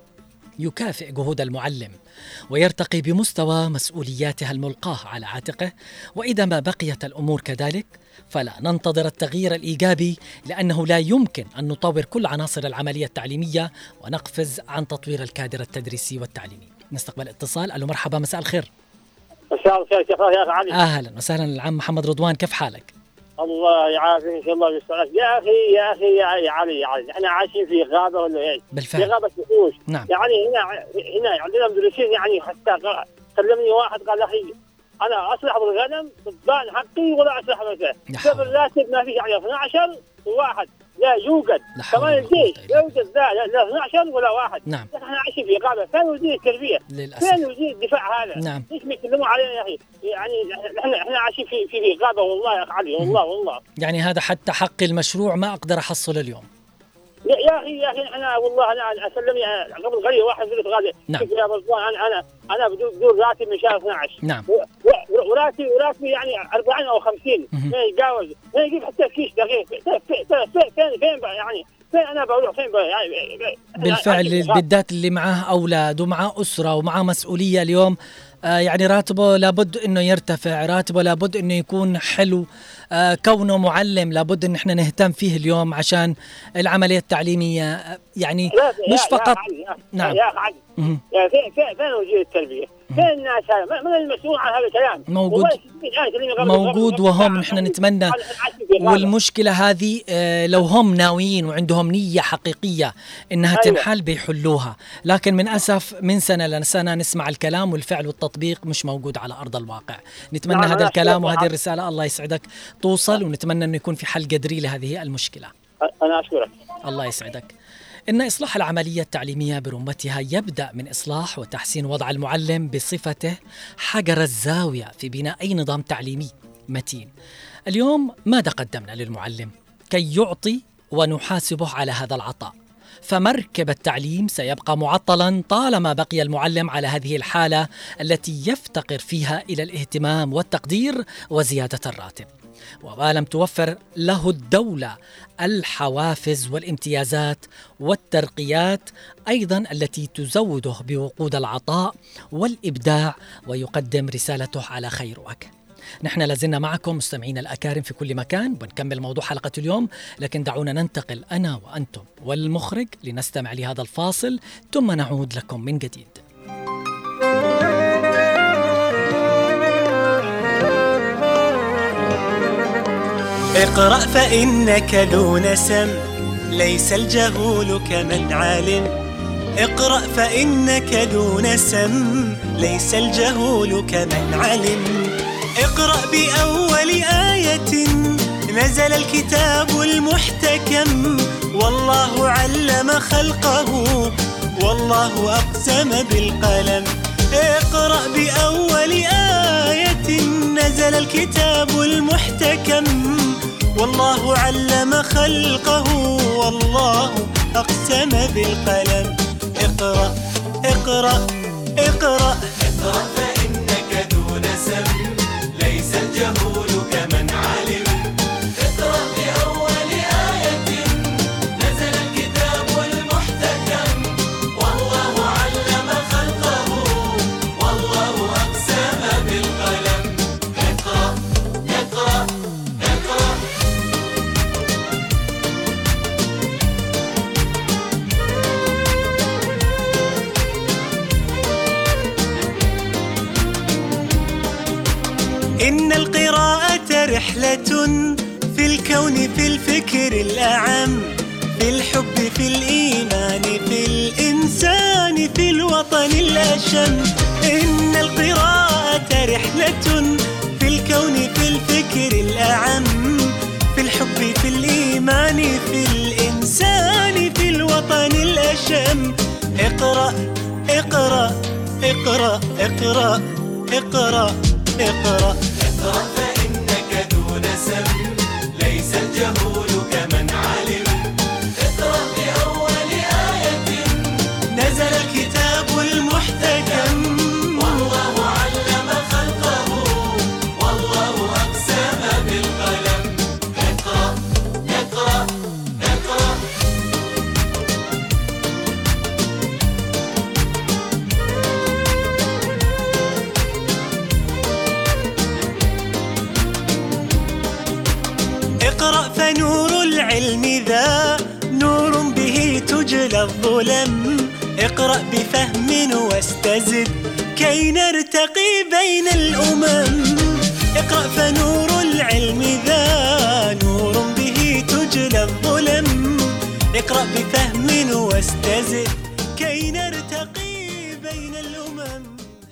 يكافئ جهود المعلم ويرتقي بمستوى مسؤولياتها الملقاة على عاتقه. وإذا ما بقيت الأمور كذلك فلا ننتظر التغيير الإيجابي، لأنه لا يمكن أن نطور كل عناصر العملية التعليمية ونقفز عن تطوير الكادر التدريسي والتعليمي. نستقبل اتصال. ألو مرحبا، مساء الخير. مساء الخير كيف يا أخي علي؟ أهلا وسهلا العم محمد رضوان، كيف حالك؟ الله يعافيك إن شاء الله ويسترك. يا علي احنا عايشين في غابة ولا ايش؟ بالفعل. في غابة وحوش. نعم. يعني هنا عندنا مدرسين، يعني حتى كلمني واحد قال يا اخي انا اصلح بالغنم ضبان حقي ولا اصلح بالغنم. قبل الراتب ما في، يعني 12 واحد لا يوجد، كمان الجيش لا يوجد، لا 12 ولا واحد. نعم. احنا عايشين في غابة، فين وزير التربية؟ للأسف. فين وزير الدفاع هذا؟ نعم. ليش بيتكلموا علينا يا اخي؟ يعني احنا عايشين في غابة والله يا اخي علي، والله. يعني هذا حتى حق المشروع ما أقدر أحصل اليوم. يا اخي انا والله انا اسلمني قبل قليل واحد قلت غالي. نعم. يا رضوان انا بدون راتب من شهر 12. نعم. وراتبي يعني 40 او 50 ما يتجاوز، ما يجيب حتى كيس دقيق. فين يعني فين انا بروح فين يعني بالفعل بالذات اللي معاه اولاد ومعاه اسره ومعاه مسؤوليه اليوم، يعني راتبه لابد انه يرتفع، راتبه لابد انه يكون حلو، كونه معلم لابد ان احنا نهتم فيه اليوم عشان العمليه التعليميه، يعني مش فقط. نعم. يا اخي فين وزير التربيه؟ فين الناس؟ من المسؤول عن هذا الكلام؟ موجود وهم نحن نتمنى. والمشكله هذه لو هم ناويين وعندهم نيه حقيقيه انها تنحل بيحلوها، لكن من اسف من سنه لسنه نسمع الكلام والفعل والتطبيق مش موجود على ارض الواقع. نتمنى هذا الكلام وهذه الرساله الله يسعدك توصل، ونتمنى انه يكون في حل جذري لهذه المشكله. انا اشكرك. الله يسعدك. إن إصلاح العملية التعليمية برمتها يبدأ من إصلاح وتحسين وضع المعلم بصفته حجر الزاوية في بناء أي نظام تعليمي متين. اليوم ماذا قدمنا للمعلم كي يعطي ونحاسبه على هذا العطاء؟ فمركب التعليم سيبقى معطلا طالما بقي المعلم على هذه الحالة التي يفتقر فيها إلى الاهتمام والتقدير وزيادة الراتب، وما لم توفر له الدولة الحوافز والامتيازات والترقيات أيضا التي تزوده بوقود العطاء والإبداع ويقدم رسالته على خير وجه. نحن لازلنا معكم مستمعين الأكارم في كل مكان، بنكمل موضوع حلقة اليوم، لكن دعونا ننتقل أنا وأنتم والمخرج لنستمع لهذا الفاصل ثم نعود لكم من جديد. اقرأ فإنك ذو نسم، ليس الجهول كمن علم. اقرأ فإنك ذو نسم، ليس الجهول كمن علم. اقرأ بأول آية نزل الكتاب المحتكم، والله علم خلقه والله أقسم بالقلم. اقرأ بأول آية نزل الكتاب المحتكم، والله علم خلقه والله أقسم بالقلم. اقرأ اقرأ اقرأ اقرأ فإنك ذو نسم، ليس الجهول كمن علم. اقرأ بأول آية نزل الكتاب المحتكم، والله علم خلقه والله أقسم بالقلم. اقرأ اقرأ اقرأ. إن القراءة رحلة في الكون، في الفكر الأعم، في الحب، في الإيمان، في الإنسان، في الوطن الأشم. إن القراءة رحلة في الكون، في الفكر الأعم، في الحب، في الإيمان، في الإنسان، في الوطن الأشم. اقرأ اقرأ اقرأ اقرأ اقرأ اقرأ اقرأ فإنك ذو نسم، ليس الجهول كمن علم. اقرأ بأول آية نزل الكتاب المحتكم، والله علم خلقه والله أقسم بالقلم. اقرأ اقرأ اقرأ. الظلم. اقرأ بفهم واستزد كي نرتقي بين الأمم. اقرأ فنور العلم ذا نور به تجلى الظلم. اقرأ بفهم واستزد كي نرتقي بين الأمم.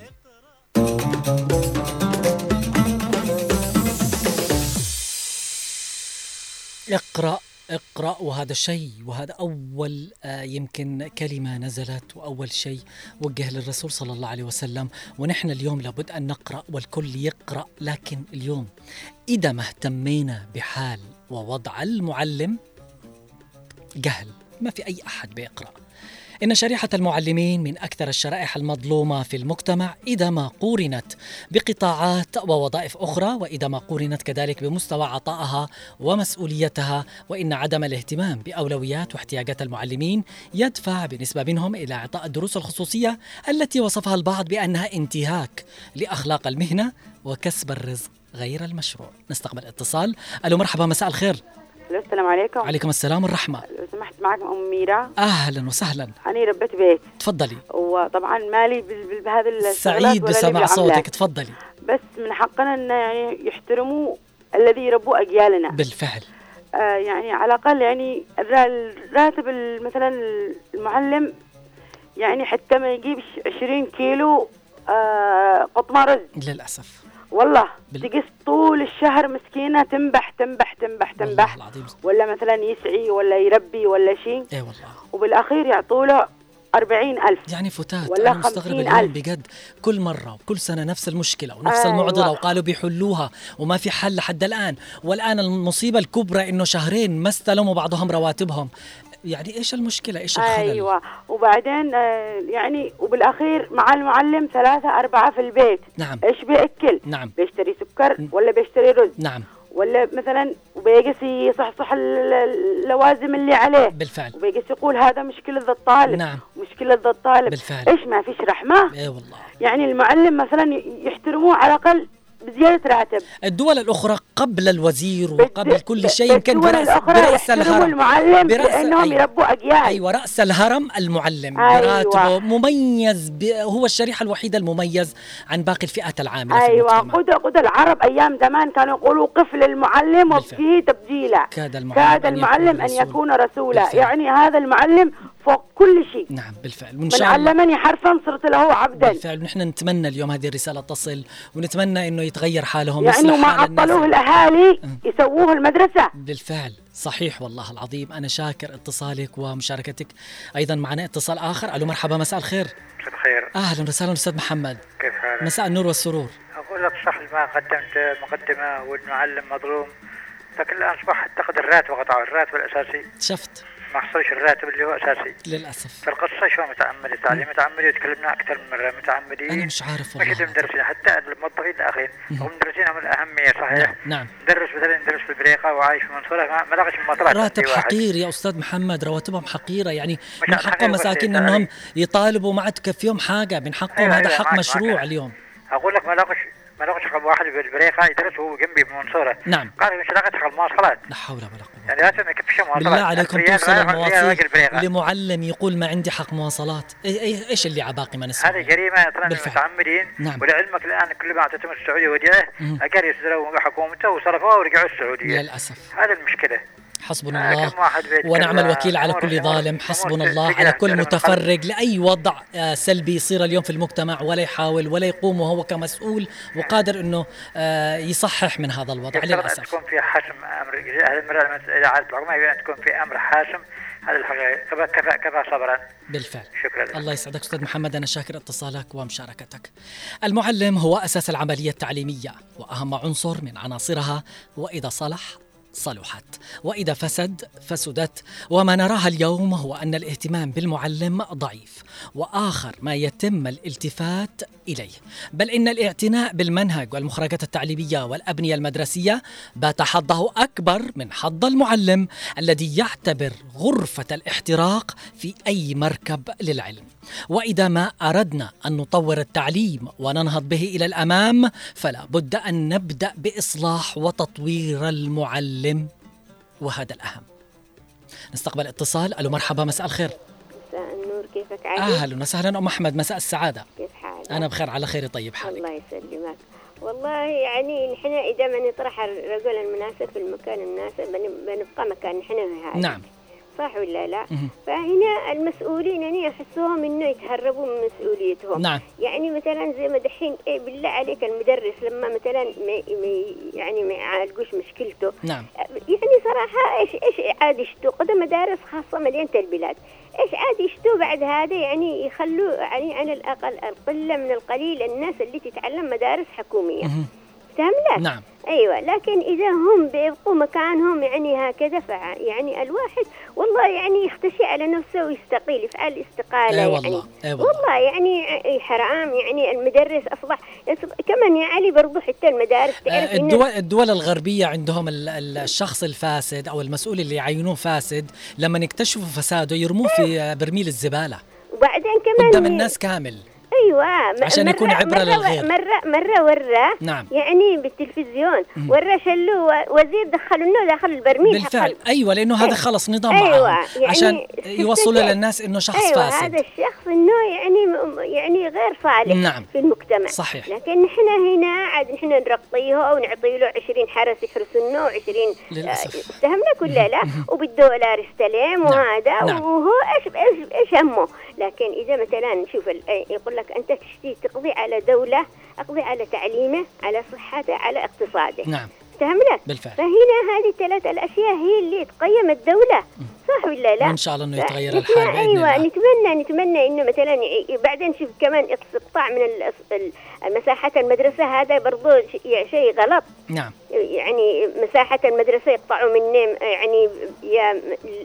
اقرأ اقرأ، وهذا شيء، وهذا أول يمكن كلمة نزلت وأول شيء وجه للرسول صلى الله عليه وسلم. ونحن اليوم لابد أن نقرأ والكل يقرأ، لكن اليوم إذا ما اهتمينا بحال ووضع المعلم جهل، ما في أي أحد بيقرأ. إن شريحة المعلمين من أكثر الشرائح المظلومة في المجتمع إذا ما قورنت بقطاعات ووظائف أخرى، وإذا ما قورنت كذلك بمستوى عطائها ومسؤوليتها. وإن عدم الاهتمام بأولويات واحتياجات المعلمين يدفع بنسبة منهم إلى إعطاء الدروس الخصوصية التي وصفها البعض بأنها انتهاك لأخلاق المهنة وكسب الرزق غير المشروع. نستقبل اتصال. ألو، مرحبا، مساء الخير. السلام عليكم. عليكم السلام والرحمة. لو سمحت معكم أم ميرا. أهلا وسهلا. أنا ربة بيت. تفضلي. وطبعا مالي بهذا الشغلات، سعيد بسمع صوتك. تفضلي. بس من حقنا أن يعني يحترموا الذي يربوا أجيالنا. بالفعل. يعني على الأقل يعني الراتب مثلا المعلم يعني حتى ما يجيب 20 كيلو قطمة رز. للأسف والله تقص طول الشهر مسكينة تنبح تنبح تنبح تنبح، ولا مثلا يسعي ولا يربي ولا شيء. اي والله. وبالأخير يعطوا له 40,000 يعني فتات. ولا أنا مستغرب اليوم بجد، كل مرة وكل سنة نفس المشكلة ونفس المعضلة، وقالوا بيحلوها وما في حل لحد الآن. والآن المصيبة الكبرى إنه شهرين ما استلموا بعضهم رواتبهم. يعني إيش المشكلة؟ إيش الخلل؟ أيوة. وبعدين يعني وبالأخير مع المعلم 3-4 في البيت. نعم. إيش بيأكل؟ نعم. بيشتري سكر ولا بيشتري رز؟ نعم. ولا مثلا وبيقس يصحصح اللوازم اللي عليه. بالفعل. وبيقس يقول هذا مشكلة ذا الطالب. نعم. مشكلة ذا الطالب. بالفعل. إيش ما فيش رحمة؟ اي والله. يعني المعلم مثلا يحترموه على الأقل بزيادة راتب. الدول الأخرى قبل الوزير وقبل كل شيء يمكن برأس الهرم المعلم بأنهم يربوا أجيال. أيوة، رأس الهرم المعلم. أيوة. براتبه مميز، هو الشريحة الوحيدة المميز عن باقي الفئات العاملة. أيوة. قد العرب أيام زمان كانوا يقولوا قف للمعلم وفيه تبجيله. كاد المعلم أن يكون رسولا. بالفعل. يعني هذا المعلم فوق كل شيء. نعم بالفعل. من علمني حرفا صرت له عبدا. بالفعل. ونحن نتمنى اليوم هذه الرسالة تصل، ونتمنى إنه يتغير حالهم. يعني وما عطلوه الأهالي يسووه المدرسة. بالفعل. صحيح والله العظيم. أنا شاكر اتصالك ومشاركتك. أيضا معنا اتصال آخر. ألو، مرحبا، مساء الخير. مساء الخير. أهلا وسهلا أستاذ محمد. كيف حالك؟ مساء النور والسرور. أقول لك صح، ما قدمت مقدمة والمعلم مظلوم، لكن الآن أصبح تأخذ الراتب وقطعوا الراتب الأساسي. شفت؟ ما حصلش الراتب اللي هو أساسي للأسف. فالقصة شو متعمدة، تعليم متعمدة، وتكلمنا أكثر من مرة متعمدين. أنا مش عارف والله. مش المدرسين حتى الموظفين الآخرين هم مدرسين هم الأهمية. صحيح. نعم. مدرس مثلا يدرس في البريقة وعايش في منصورة ما لقاش المطلات. راتب حقير يا أستاذ محمد، رواتبهم حقيرة. يعني من حقهم مساكين أنهم يطالبوا ما عاد تكفيهم حاجة، من حقهم. هذا حق مشروع اليوم. أقول لك ما لقاش رقم واحد بالبريقة يدرس وهو جنبي بمنصورة. نعم. قال مش لاقيت حق المواصلات. لا حول ولا قوة. يعني لازم ما يكفيش مواصلات. بالله عليكم توصل المواصيل لمعلم يقول ما عندي حق مواصلات. ايش اللي عباقي ما نسمع؟ هذه جريمة طبعا متعمدين. نعم. ولعلمك الآن كل ما أعطتهم السعودية وديعه أقل يسدروا حكومته وصرفوها ورجعوا السعودية. للأسف. هذا المشكلة. حسبنا الله ونعم الوكيل على كل ظالم. حسبنا الله على كل متفرق لأي وضع سلبي يصير اليوم في المجتمع ولا يحاول ولا يقوم وهو كمسؤول وقادر أنه يصحح من هذا الوضع. للأسف. تكون في حاسم أمر هذه المرة العلماء تكون في أمر حاسم. هذا الحقيقة كفى صبرا. بالفعل. شكرا لك. الله يسعدك أستاذ محمد. أنا شاكر اتصالك ومشاركتك. المعلم هو أساس العملية التعليمية وأهم عنصر من عناصرها، وإذا صلح صلحت وإذا فسدت. وما نراه اليوم هو أن الاهتمام بالمعلم ضعيف، وآخر ما يتم الالتفات إليه، بل إن الاعتناء بالمنهج والمخرجات التعليمية والأبنية المدرسية بات حظه أكبر من حظ المعلم الذي يعتبر غرفة الاحتراق في أي مركب للعلم. وإذا ما أردنا أن نطور التعليم وننهض به إلى الأمام فلا بد أن نبدأ بإصلاح وتطوير المعلم، وهذا الأهم. نستقبل اتصال. ألو، مرحبا، مساء الخير. كيفك علي؟ أهلا وسهلا أم أحمد، مساء السعادة. كيف حالك؟ أنا بخير على خير طيب حالك. الله يسلمك. والله يعني نحن إذا ما نطرح الرجل المناسب في المكان المناسب بنبقى مكان نحن في هذا. نعم. صح ولا لا؟ فهنا المسؤولين أنا أحسهم إنه يتهربوا من مسؤوليتهم. نعم. يعني مثلا زي ما دحين بالله عليك المدرس لما مثلا ما يعالجوش مشكلته. نعم. يعني صراحة إيش عاد يشتوا قد مدارس خاصة مليانة البلاد. إيش عاد يشتوا بعد هذا يعني يخلوا يعني على الأقل القلة من القليل الناس اللي تتعلم مدارس حكومية. فهمت؟ نعم. أيوة، لكن إذا هم بيبقوا مكانهم يعني هكذا يعني الواحد والله يعني يختشي على نفسه ويستقيل، يفعل استقالة. والله. يعني والله يعني حرام يعني المدرس أصبح كمان يا علي برضو حتى المدارس تعرف الدول الغربية عندهم الشخص الفاسد أو المسؤول اللي يعينوه فاسد لما يكتشفوا فساده يرموه في برميل الزبالة وبعدين كمان قدام الناس كامل. أيوة، عشان يكون عبرة للغير. مرة ورا. نعم. يعني بالتلفزيون ورا شلوا وزير دخلوا داخل البرميل بالفعل. أيوة، لأنه هذا خلص نظام أيوة. معهم يعني عشان يوصلوا للناس إنه شخص أيوة فاسد. هذا الشخص إنه يعني غير صالح. نعم. في المجتمع. صحيح. لكن نحن هنا عاد نحن نرقيه أو نعطي له 20 حرس يحرسونه و20 للأسف فهمنا كلها لا وبالدولار استلم وهذا. نعم. وهو إيش همه. لكن إذا مثلا شوف يقول لك أنت تشتي تقضي على دولة، أقضي على تعليمه، على صحته، على اقتصاده. نعم. فهمنا؟ بالفعل. فهنا هذه الثلاث الأشياء هي اللي تقيم الدولة. صح ولا لا؟ وإن شاء الله إنه يتغير الحال بإذن أيوة الله. نتمنى إنه مثلا بعدين شوف كمان استقطاع من مساحة المدرسة هذا برضو شيء غلط. نعم. يعني مساحة المدرسة يقطعوا مني يعني يا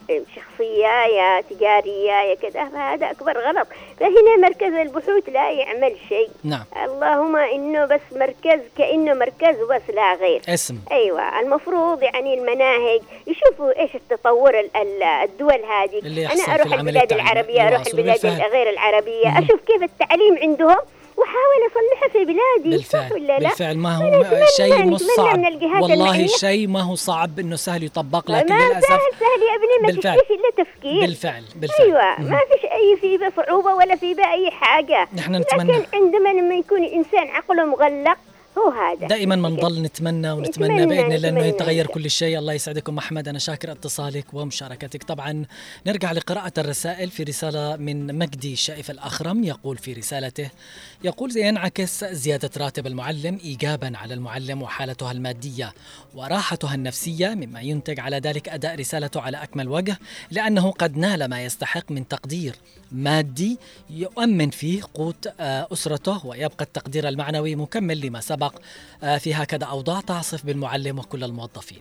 شخصية يا تجارية يا كذا، فهذا أكبر غلط. فهنا مركز البحوث لا يعمل شيء. نعم. اللهم إنه بس مركز كأنه مركز وبس لا غير. اسم. أيوة، المفروض يعني المناهج يشوفوا إيش التطور الدول هذه. أنا أروح البلاد العربية، أروح البلاد غير العربية، أشوف كيف التعليم عندهم وحاول أصلحها في بلادي. بالفعل ما هو شيء مو صعب والله، شيء ما هو صعب إنه سهل يطبق، لكن للأسف سهل يا ابني، ما فيش إلا تفكير. بالفعل. أيوة ما فيش أي فيه صعوبة ولا فيه أي حاجة. نحن نتمنى لكن عندما لما يكون الإنسان عقله مغلق هو هذا. دائما بنضل نتمنى بإذن الله أنه يتغير كل شيء. الله يسعدكم أحمد، أنا شاكر اتصالك ومشاركتك. طبعا نرجع لقراءة الرسائل. في رسالة من مجدي شائف الأخرم يقول في رسالته، يقول ينعكس زيادة راتب المعلم إيجابا على المعلم وحالتها المادية وراحتها النفسية، مما ينتج على ذلك أداء رسالته على أكمل وجه، لأنه قد نال ما يستحق من تقدير مادي يؤمن فيه قوت أسرته، ويبقى التقدير المعنوي مكمل لما سبق في هكذا أوضاع تعصف بالمعلم وكل الموظفين.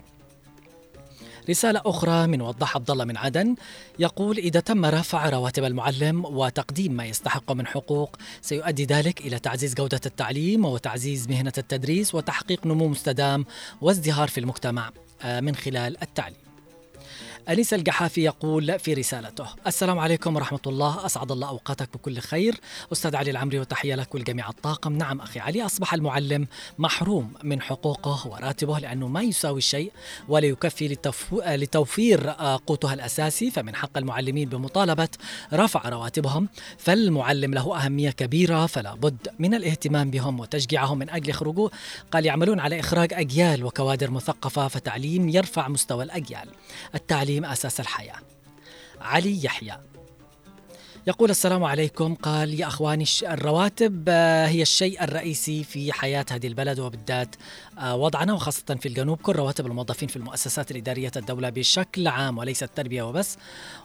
رسالة أخرى من وضح عبد الله من عدن يقول إذا تم رفع رواتب المعلم وتقديم ما يستحق من حقوق سيؤدي ذلك إلى تعزيز جودة التعليم وتعزيز مهنة التدريس وتحقيق نمو مستدام وازدهار في المجتمع من خلال التعليم. أنيس الجحافي يقول في رسالته: السلام عليكم ورحمة الله، أسعد الله أوقاتك بكل خير أستاذ علي العمري، وتحية لك والجميع الطاقم. نعم أخي علي، أصبح المعلم محروم من حقوقه وراتبه لأنه ما يساوي شيء ولا يكفي لتوفير قوتها الأساسي، فمن حق المعلمين بمطالبة رفع رواتبهم، فالمعلم له أهمية كبيرة، فلا بد من الاهتمام بهم وتشجيعهم من أجل يخرجوا قال يعملون على إخراج أجيال وكوادر مثقفة، فتعليم يرفع مستوى الأجيال. التعليم أساس الحياة. علي يحيى يقول السلام عليكم، قال يا أخواني الرواتب هي الشيء الرئيسي في حياة هذه البلد وبالذات وضعنا وخاصة في الجنوب. كل رواتب الموظفين في المؤسسات الإدارية الدولة بشكل عام وليس التربية وبس.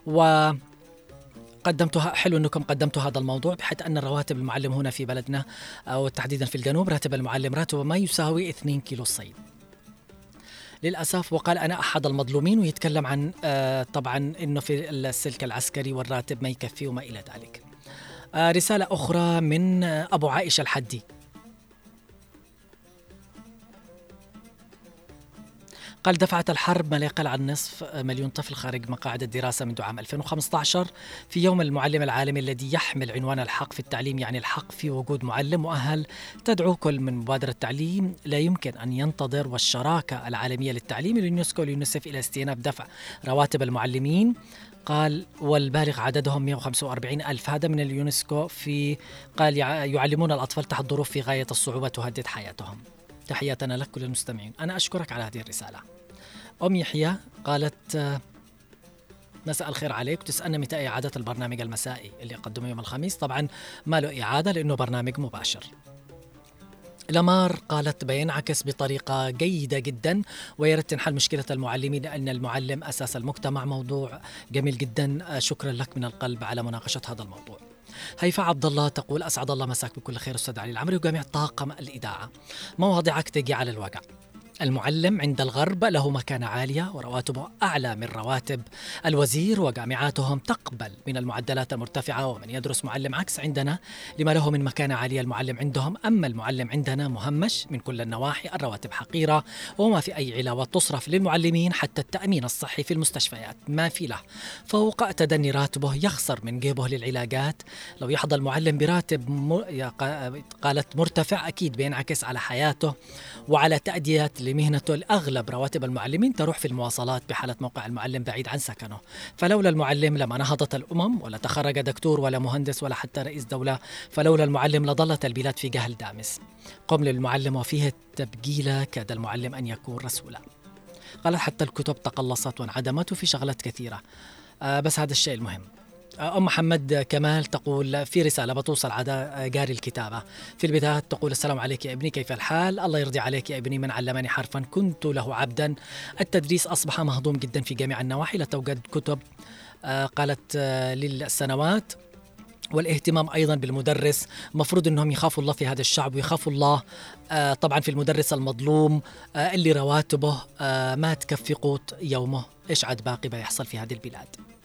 قدمتها حلو أنكم قدمتوا هذا الموضوع، بحيث أن الرواتب المعلم هنا في بلدنا أو تحديدا في الجنوب راتب المعلم راتبه ما يساوي 2 كيلو صيد للأسف. وقال أنا أحد المظلومين، ويتكلم عن طبعا أنه في السلك العسكري والراتب ما يكفي وما إلى ذلك. رسالة أخرى من أبو عائشة الحدي قال دفعت الحرب ما لا يقل عن نصف مليون طفل خارج مقاعد الدراسة منذ عام 2015 في يوم المعلم العالمي الذي يحمل عنوان الحق في التعليم، يعني الحق في وجود معلم مؤهل. تدعو كل من مبادرة التعليم لا يمكن أن ينتظر والشراكة العالمية للتعليم اليونسكو واليونسف إلى استئناف دفع رواتب المعلمين. قال والبالغ عددهم 145 ألف، هذا من اليونسكو. قال يعلمون الأطفال تحت ظروف في غاية الصعوبة تهدد حياتهم. تحياتنا لك كل المستمعين. أنا أشكرك على هذه الرسالة. أم يحيى قالت مساء الخير عليك، تسألنا متى إعادة البرنامج المسائي اللي أقدمه يوم الخميس. طبعا ما له إعادة لأنه برنامج مباشر. لمار قالت بينعكس بطريقة جيدة جدا وياريت تنحل مشكلة المعلمين لأن المعلم أساس المجتمع. موضوع جميل جدا، شكرا لك من القلب على مناقشة هذا الموضوع. هيفاء عبد الله تقول أسعد الله مساك بكل خير أستاذ علي العمري وجميع طاقم الإذاعة. مواضيعك تجي على الواقع. المعلم عند الغرب له مكانة عالية ورواتبه أعلى من رواتب الوزير، وجامعاتهم تقبل من المعدلات المرتفعة ومن يدرس معلم، عكس عندنا لما له من مكانة عالية المعلم عندهم. أما المعلم عندنا مهمش من كل النواحي، الرواتب حقيرة وما في أي علاوات تصرف للمعلمين، حتى التأمين الصحي في المستشفيات ما في له. فوق تدني راتبه يخسر من جيبه للعلاجات. لو يحظى المعلم براتب قالت مرتفع أكيد بينعكس على حياته وعلى تأدية لمهنته. الأغلب رواتب المعلمين تروح في المواصلات بحالة موقع المعلم بعيد عن سكنه. فلولا المعلم لما نهضت الأمم ولا تخرج دكتور ولا مهندس ولا حتى رئيس دولة. فلولا المعلم لظلت البلاد في جهل دامس. قم للمعلم وفيه التبجيل، كاد المعلم أن يكون رسولا. قالت حتى الكتب تقلصت وانعدمت وفي شغلات كثيرة، بس هذا الشيء المهم. أم محمد كمال تقول في رسالة بتوصل على جاري الكتابة. في البداية تقول السلام عليك يا ابني، كيف الحال؟ الله يرضي عليك يا ابني، من علمني حرفا كنت له عبدا. التدريس أصبح مهضوم جدا في جميع النواحي، لا توجد كتب قالت للسنوات، والاهتمام أيضا بالمدرس. مفروض أنهم يخافوا الله في هذا الشعب ويخافوا الله طبعا في المدرس المظلوم اللي رواتبه ما تكفي قوت يومه. إيش عاد باقي بيحصل في هذه البلاد؟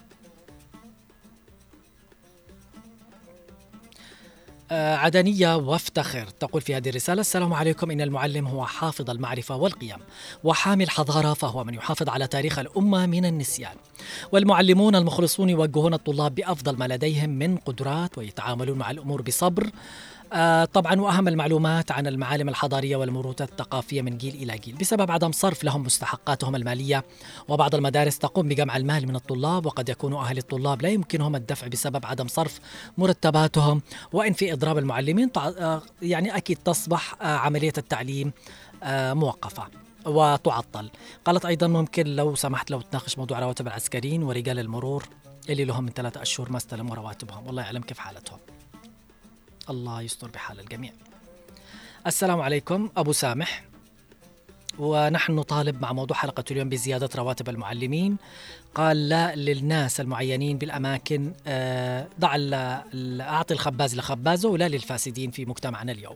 عدنية وافتخر تقول في هذه الرسالة السلام عليكم، إن المعلم هو حافظ المعرفة والقيم وحامي الحضارة، فهو من يحافظ على تاريخ الأمة من النسيان. والمعلمون المخلصون يوجهون الطلاب بأفضل ما لديهم من قدرات ويتعاملون مع الأمور بصبر. طبعا وأهم المعلومات عن المعالم الحضارية والموروثات الثقافية من جيل إلى جيل بسبب عدم صرف لهم مستحقاتهم المالية. وبعض المدارس تقوم بجمع المال من الطلاب، وقد يكون أهل الطلاب لا يمكنهم الدفع بسبب عدم صرف مرتباتهم. وإن في إضراب المعلمين يعني أكيد تصبح عملية التعليم موقفة وتعطل. قالت أيضا ممكن لو سمحت لو تناقش موضوع رواتب العسكريين ورجال المرور اللي لهم من 3 أشهر ما استلموا رواتبهم، والله يعلم كيف حالتهم. الله يستر بحال الجميع. السلام عليكم أبو سامح، ونحن نطالب مع موضوع حلقة اليوم بزيادة رواتب المعلمين. قال لا للناس المعينين بالأماكن، ضع أعطي الخباز لخبازه، ولا للفاسدين في مجتمعنا اليوم.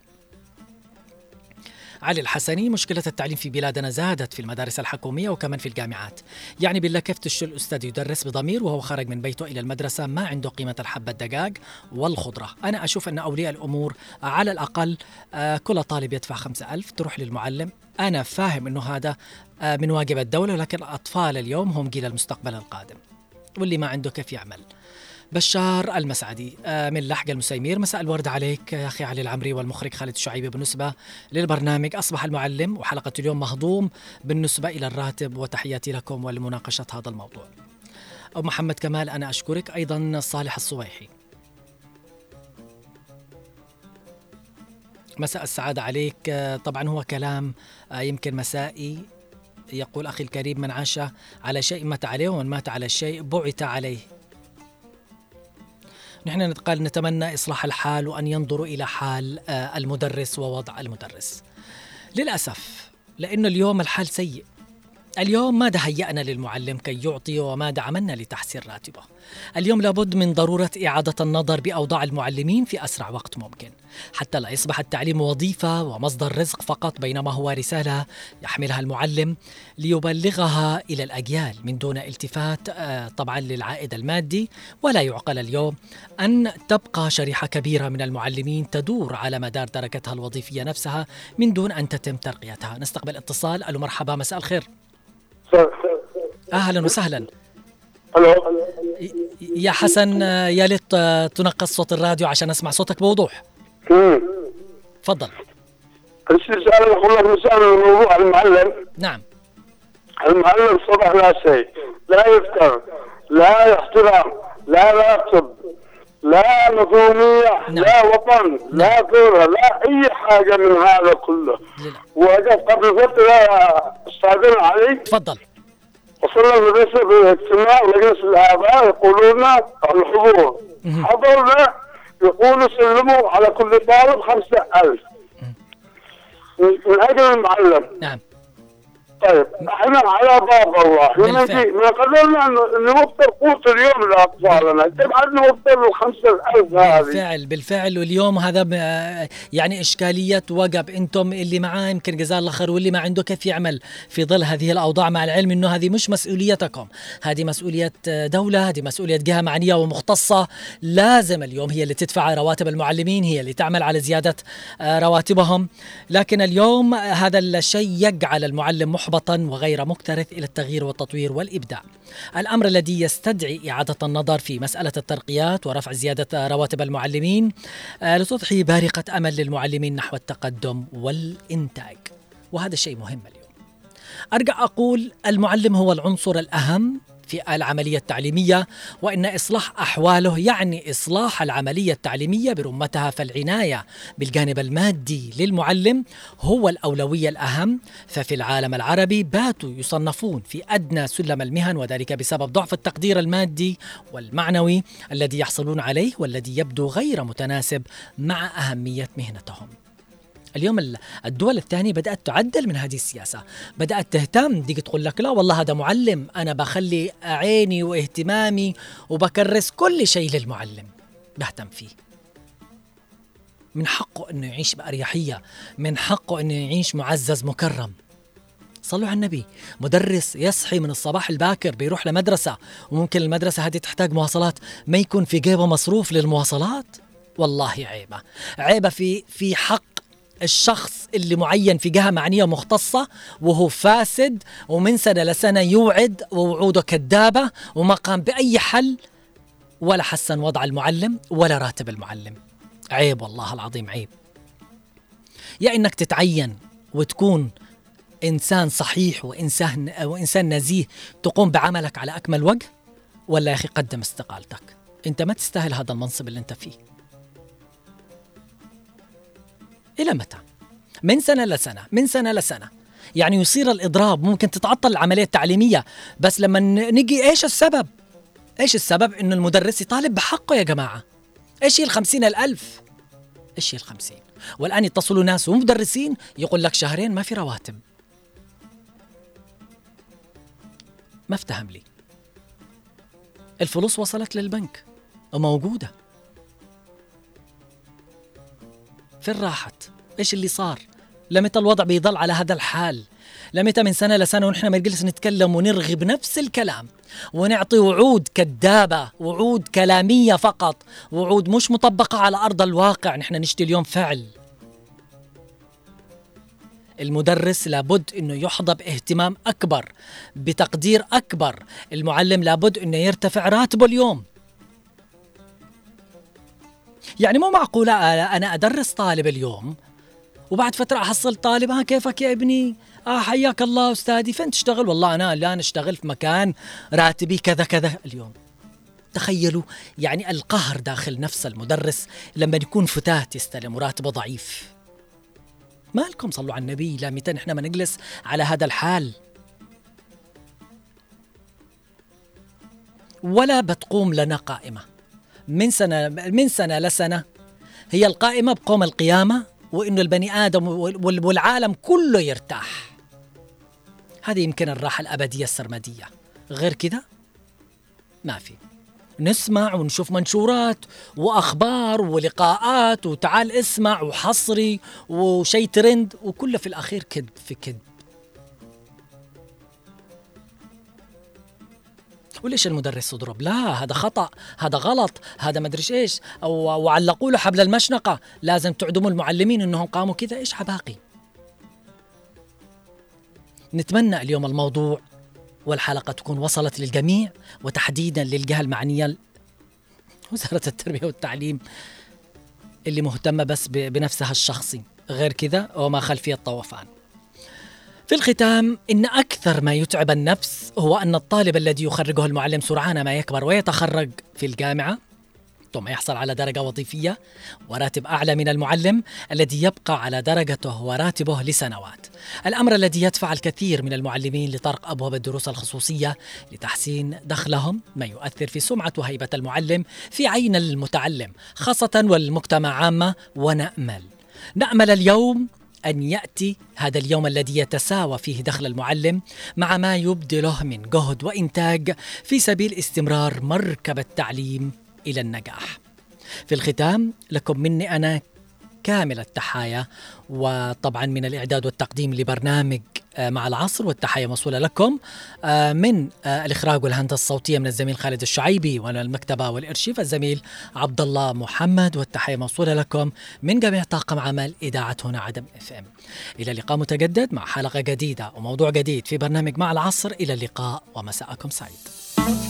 علي الحسني مشكلة التعليم في بلادنا زادت في المدارس الحكومية وكمان في الجامعات. يعني بالله كيف تشو الأستاذ يدرس بضمير وهو خارج من بيته إلى المدرسة ما عنده قيمة الحبة الدجاج والخضرة. أنا أشوف أن أولياء الأمور على الأقل كل طالب يدفع 5,000 تروح للمعلم. أنا فاهم أنه هذا من واجب الدولة، لكن الأطفال اليوم هم جيل المستقبل القادم، واللي ما عنده كيف يعمل. بشار المسعدي من لحق المسيمير، مساء الورد عليك يا أخي علي العمري والمخرج خالد الشعيبي. بالنسبة للبرنامج أصبح المعلم وحلقة اليوم مهضوم بالنسبة إلى الراتب، وتحياتي لكم ولمناقشة هذا الموضوع. أو محمد كمال أنا أشكرك. أيضا صالح الصويحي مساء السعادة عليك. طبعا هو كلام يمكن مسائي. يقول أخي الكريم من عاش على شيء مات عليه ومن مات على شيء بعث عليه. نحن نتمنى إصلاح الحال وأن ينظروا إلى حال المدرس ووضع المدرس. للأسف لأن اليوم الحال سيء. اليوم ماذا هيأنا للمعلم كي يعطي وماذا عملنا لتحسين راتبه؟ اليوم لابد من ضرورة إعادة النظر بأوضاع المعلمين في أسرع وقت ممكن، حتى لا يصبح التعليم وظيفة ومصدر رزق فقط، بينما هو رسالة يحملها المعلم ليبلغها إلى الأجيال من دون التفات طبعا للعائد المادي. ولا يعقل اليوم أن تبقى شريحة كبيرة من المعلمين تدور على مدار درجتها الوظيفية نفسها من دون أن تتم ترقيتها. نستقبل اتصال. ألو مرحبا، مساء الخير. أهلا وسهلا. الو يا حسن، يا ليت تنقص صوت الراديو عشان أسمع صوتك بوضوح. تفضل. السؤال أقول لك مسألة الموضوع المعلم. نعم. المعلم صبح لا شيء، لا يفتر، لا يحترم، لا راقب، لا نظامية، لا وطن، لا ثورة، لا أي حاجة من هذا كله. وقف قبل فترة استاذن علي. تفضل. وصلنا المدرسة باجتماع مجلس الآباء يقولون الحضور. حضرنا يقولوا سلموا على كل طالب 5000 من أجل المعلم. نعم. طيب احنا على باب الله ما قدرنا نوفر قوت اليوم لاطفالنا، كيف عاد نوفر ال 5000 هذه؟ بالفعل واليوم هذا يعني اشكاليه وقب. انتم اللي معاه يمكن جزاه الله خير، واللي ما عنده كيف يعمل في ظل هذه الاوضاع، مع العلم انه هذه مش مسؤوليتكم، هذه مسؤوليه دوله، هذه مسؤوليه جهه معنيه ومختصه. لازم اليوم هي اللي تدفع رواتب المعلمين، هي اللي تعمل على زياده رواتبهم. لكن اليوم هذا الشيء يجعل المعلم محبطا وغير مكترث إلى التغيير والتطوير والإبداع. الأمر الذي يستدعي إعادة النظر في مسألة الترقيات ورفع زيادة رواتب المعلمين لتضحي بارقة أمل للمعلمين نحو التقدم والإنتاج، وهذا الشيء مهم اليوم. أرجع أقول المعلم هو العنصر الأهم في العملية التعليمية، وإن إصلاح أحواله يعني إصلاح العملية التعليمية برمتها. فالعناية بالجانب المادي للمعلم هو الأولوية الأهم. ففي العالم العربي باتوا يصنفون في أدنى سلم المهن، وذلك بسبب ضعف التقدير المادي والمعنوي الذي يحصلون عليه، والذي يبدو غير متناسب مع أهمية مهنتهم. اليوم الدول الثانية بدأت تعدل من هذه السياسة، بدأت تهتم. ديك تقول لك لا والله هذا معلم، أنا بخلي عيني واهتمامي وبكرس كل شيء للمعلم، بهتم فيه. من حقه أنه يعيش بأريحية، من حقه أنه يعيش معزز مكرم. صلوا على النبي. مدرس يصحي من الصباح الباكر بيروح لمدرسة، وممكن المدرسة هذه تحتاج مواصلات، ما يكون في جيبه مصروف للمواصلات. والله عيبة في حق الشخص اللي معين في جهة معنية مختصة وهو فاسد، ومن سنة لسنة يوعد ووعوده كذابة، وما قام بأي حل ولا حسن وضع المعلم ولا راتب المعلم. عيب والله العظيم عيب. يا إنك تتعين وتكون إنسان صحيح وإنسان نزيه تقوم بعملك على أكمل وجه، ولا يا أخي قدم استقالتك. أنت ما تستاهل هذا المنصب اللي أنت فيه. إلى متى؟ من سنة لسنة، من سنة لسنة، يعني يصير الإضراب. ممكن تتعطل العملية التعليمية، بس لما نجي إيش السبب؟ إيش السبب؟ إنه المدرس يطالب بحقه يا جماعة. إيش هي 50,000؟ إيش هي 50؟ والآن يتصلوا ناس ومدرسين يقول لك شهرين ما في رواتب. ما افتهم لي. الفلوس وصلت للبنك وموجودة. فين راحت؟ إيش اللي صار؟ لمتى الوضع بيضل على هذا الحال؟ لمتى من سنة لسنة ونحن ما نجلس نتكلم ونرغي بنفس الكلام ونعطي وعود كذابة، وعود كلامية فقط، وعود مش مطبقة على أرض الواقع. نحن نشتي اليوم فعل. المدرس لابد أنه يحظى باهتمام أكبر، بتقدير أكبر. المعلم لابد أنه يرتفع راتبه اليوم. يعني مو معقولة أنا أدرس طالب اليوم وبعد فترة أحصل طالب كيفك يا ابني؟ حياك الله أستاذي، فين تشتغل؟ والله أنا الآن أشتغل في مكان راتبي كذا كذا اليوم. تخيلوا يعني القهر داخل نفس المدرس لما يكون فتاة يستلم وراتبه ضعيف. ما لكم صلوا على النبي، لا متى نحن ما نجلس على هذا الحال؟ ولا بتقوم لنا قائمة من سنة لسنة. هي القائمة بقوم القيامة، وإنه البني آدم والعالم كله يرتاح. هذه يمكن الراحة الأبدية السرمدية. غير كذا ما في. نسمع ونشوف منشورات وأخبار ولقاءات وتعال اسمع وحصري وشي ترند، وكله في الأخير كذب في كذب. وليش المدرس يضرب؟ لا هذا خطأ، هذا غلط، هذا ما ادري ايش، او علقوا له حبل المشنقة، لازم تعدموا المعلمين انهم قاموا كذا. ايش عباقي؟ نتمنى اليوم الموضوع والحلقة تكون وصلت للجميع، وتحديدا للجهة المعنية وزارة التربية والتعليم اللي مهتمة بس بنفسها الشخصي، غير كذا وما خلفية الطوفان. في الختام، إن أكثر ما يتعب النفس هو أن الطالب الذي يخرجه المعلم سرعان ما يكبر ويتخرج في الجامعة ثم يحصل على درجة وظيفية وراتب أعلى من المعلم الذي يبقى على درجته وراتبه لسنوات، الأمر الذي يدفع الكثير من المعلمين لطرق أبواب الدروس الخصوصية لتحسين دخلهم، ما يؤثر في سمعة وهيبة المعلم في عين المتعلم خاصة والمجتمع عامة. ونأمل اليوم أن يأتي هذا اليوم الذي يتساوى فيه دخل المعلم مع ما يبذله من جهد وإنتاج في سبيل استمرار مركب التعليم إلى النجاح. في الختام، لكم مني أنا كامل التحايا، وطبعا من الإعداد والتقديم لبرنامج مع العصر، والتحايا موصولة لكم من الإخراج والهندسة الصوتية من الزميل خالد الشعيبي، ومن المكتبة والإرشيف الزميل عبد الله محمد، والتحايا موصولة لكم من جميع طاقم عمل إذاعة هنا عدن FM. إلى لقاء متجدد مع حلقة جديدة وموضوع جديد في برنامج مع العصر. إلى اللقاء ومساءكم سعيد.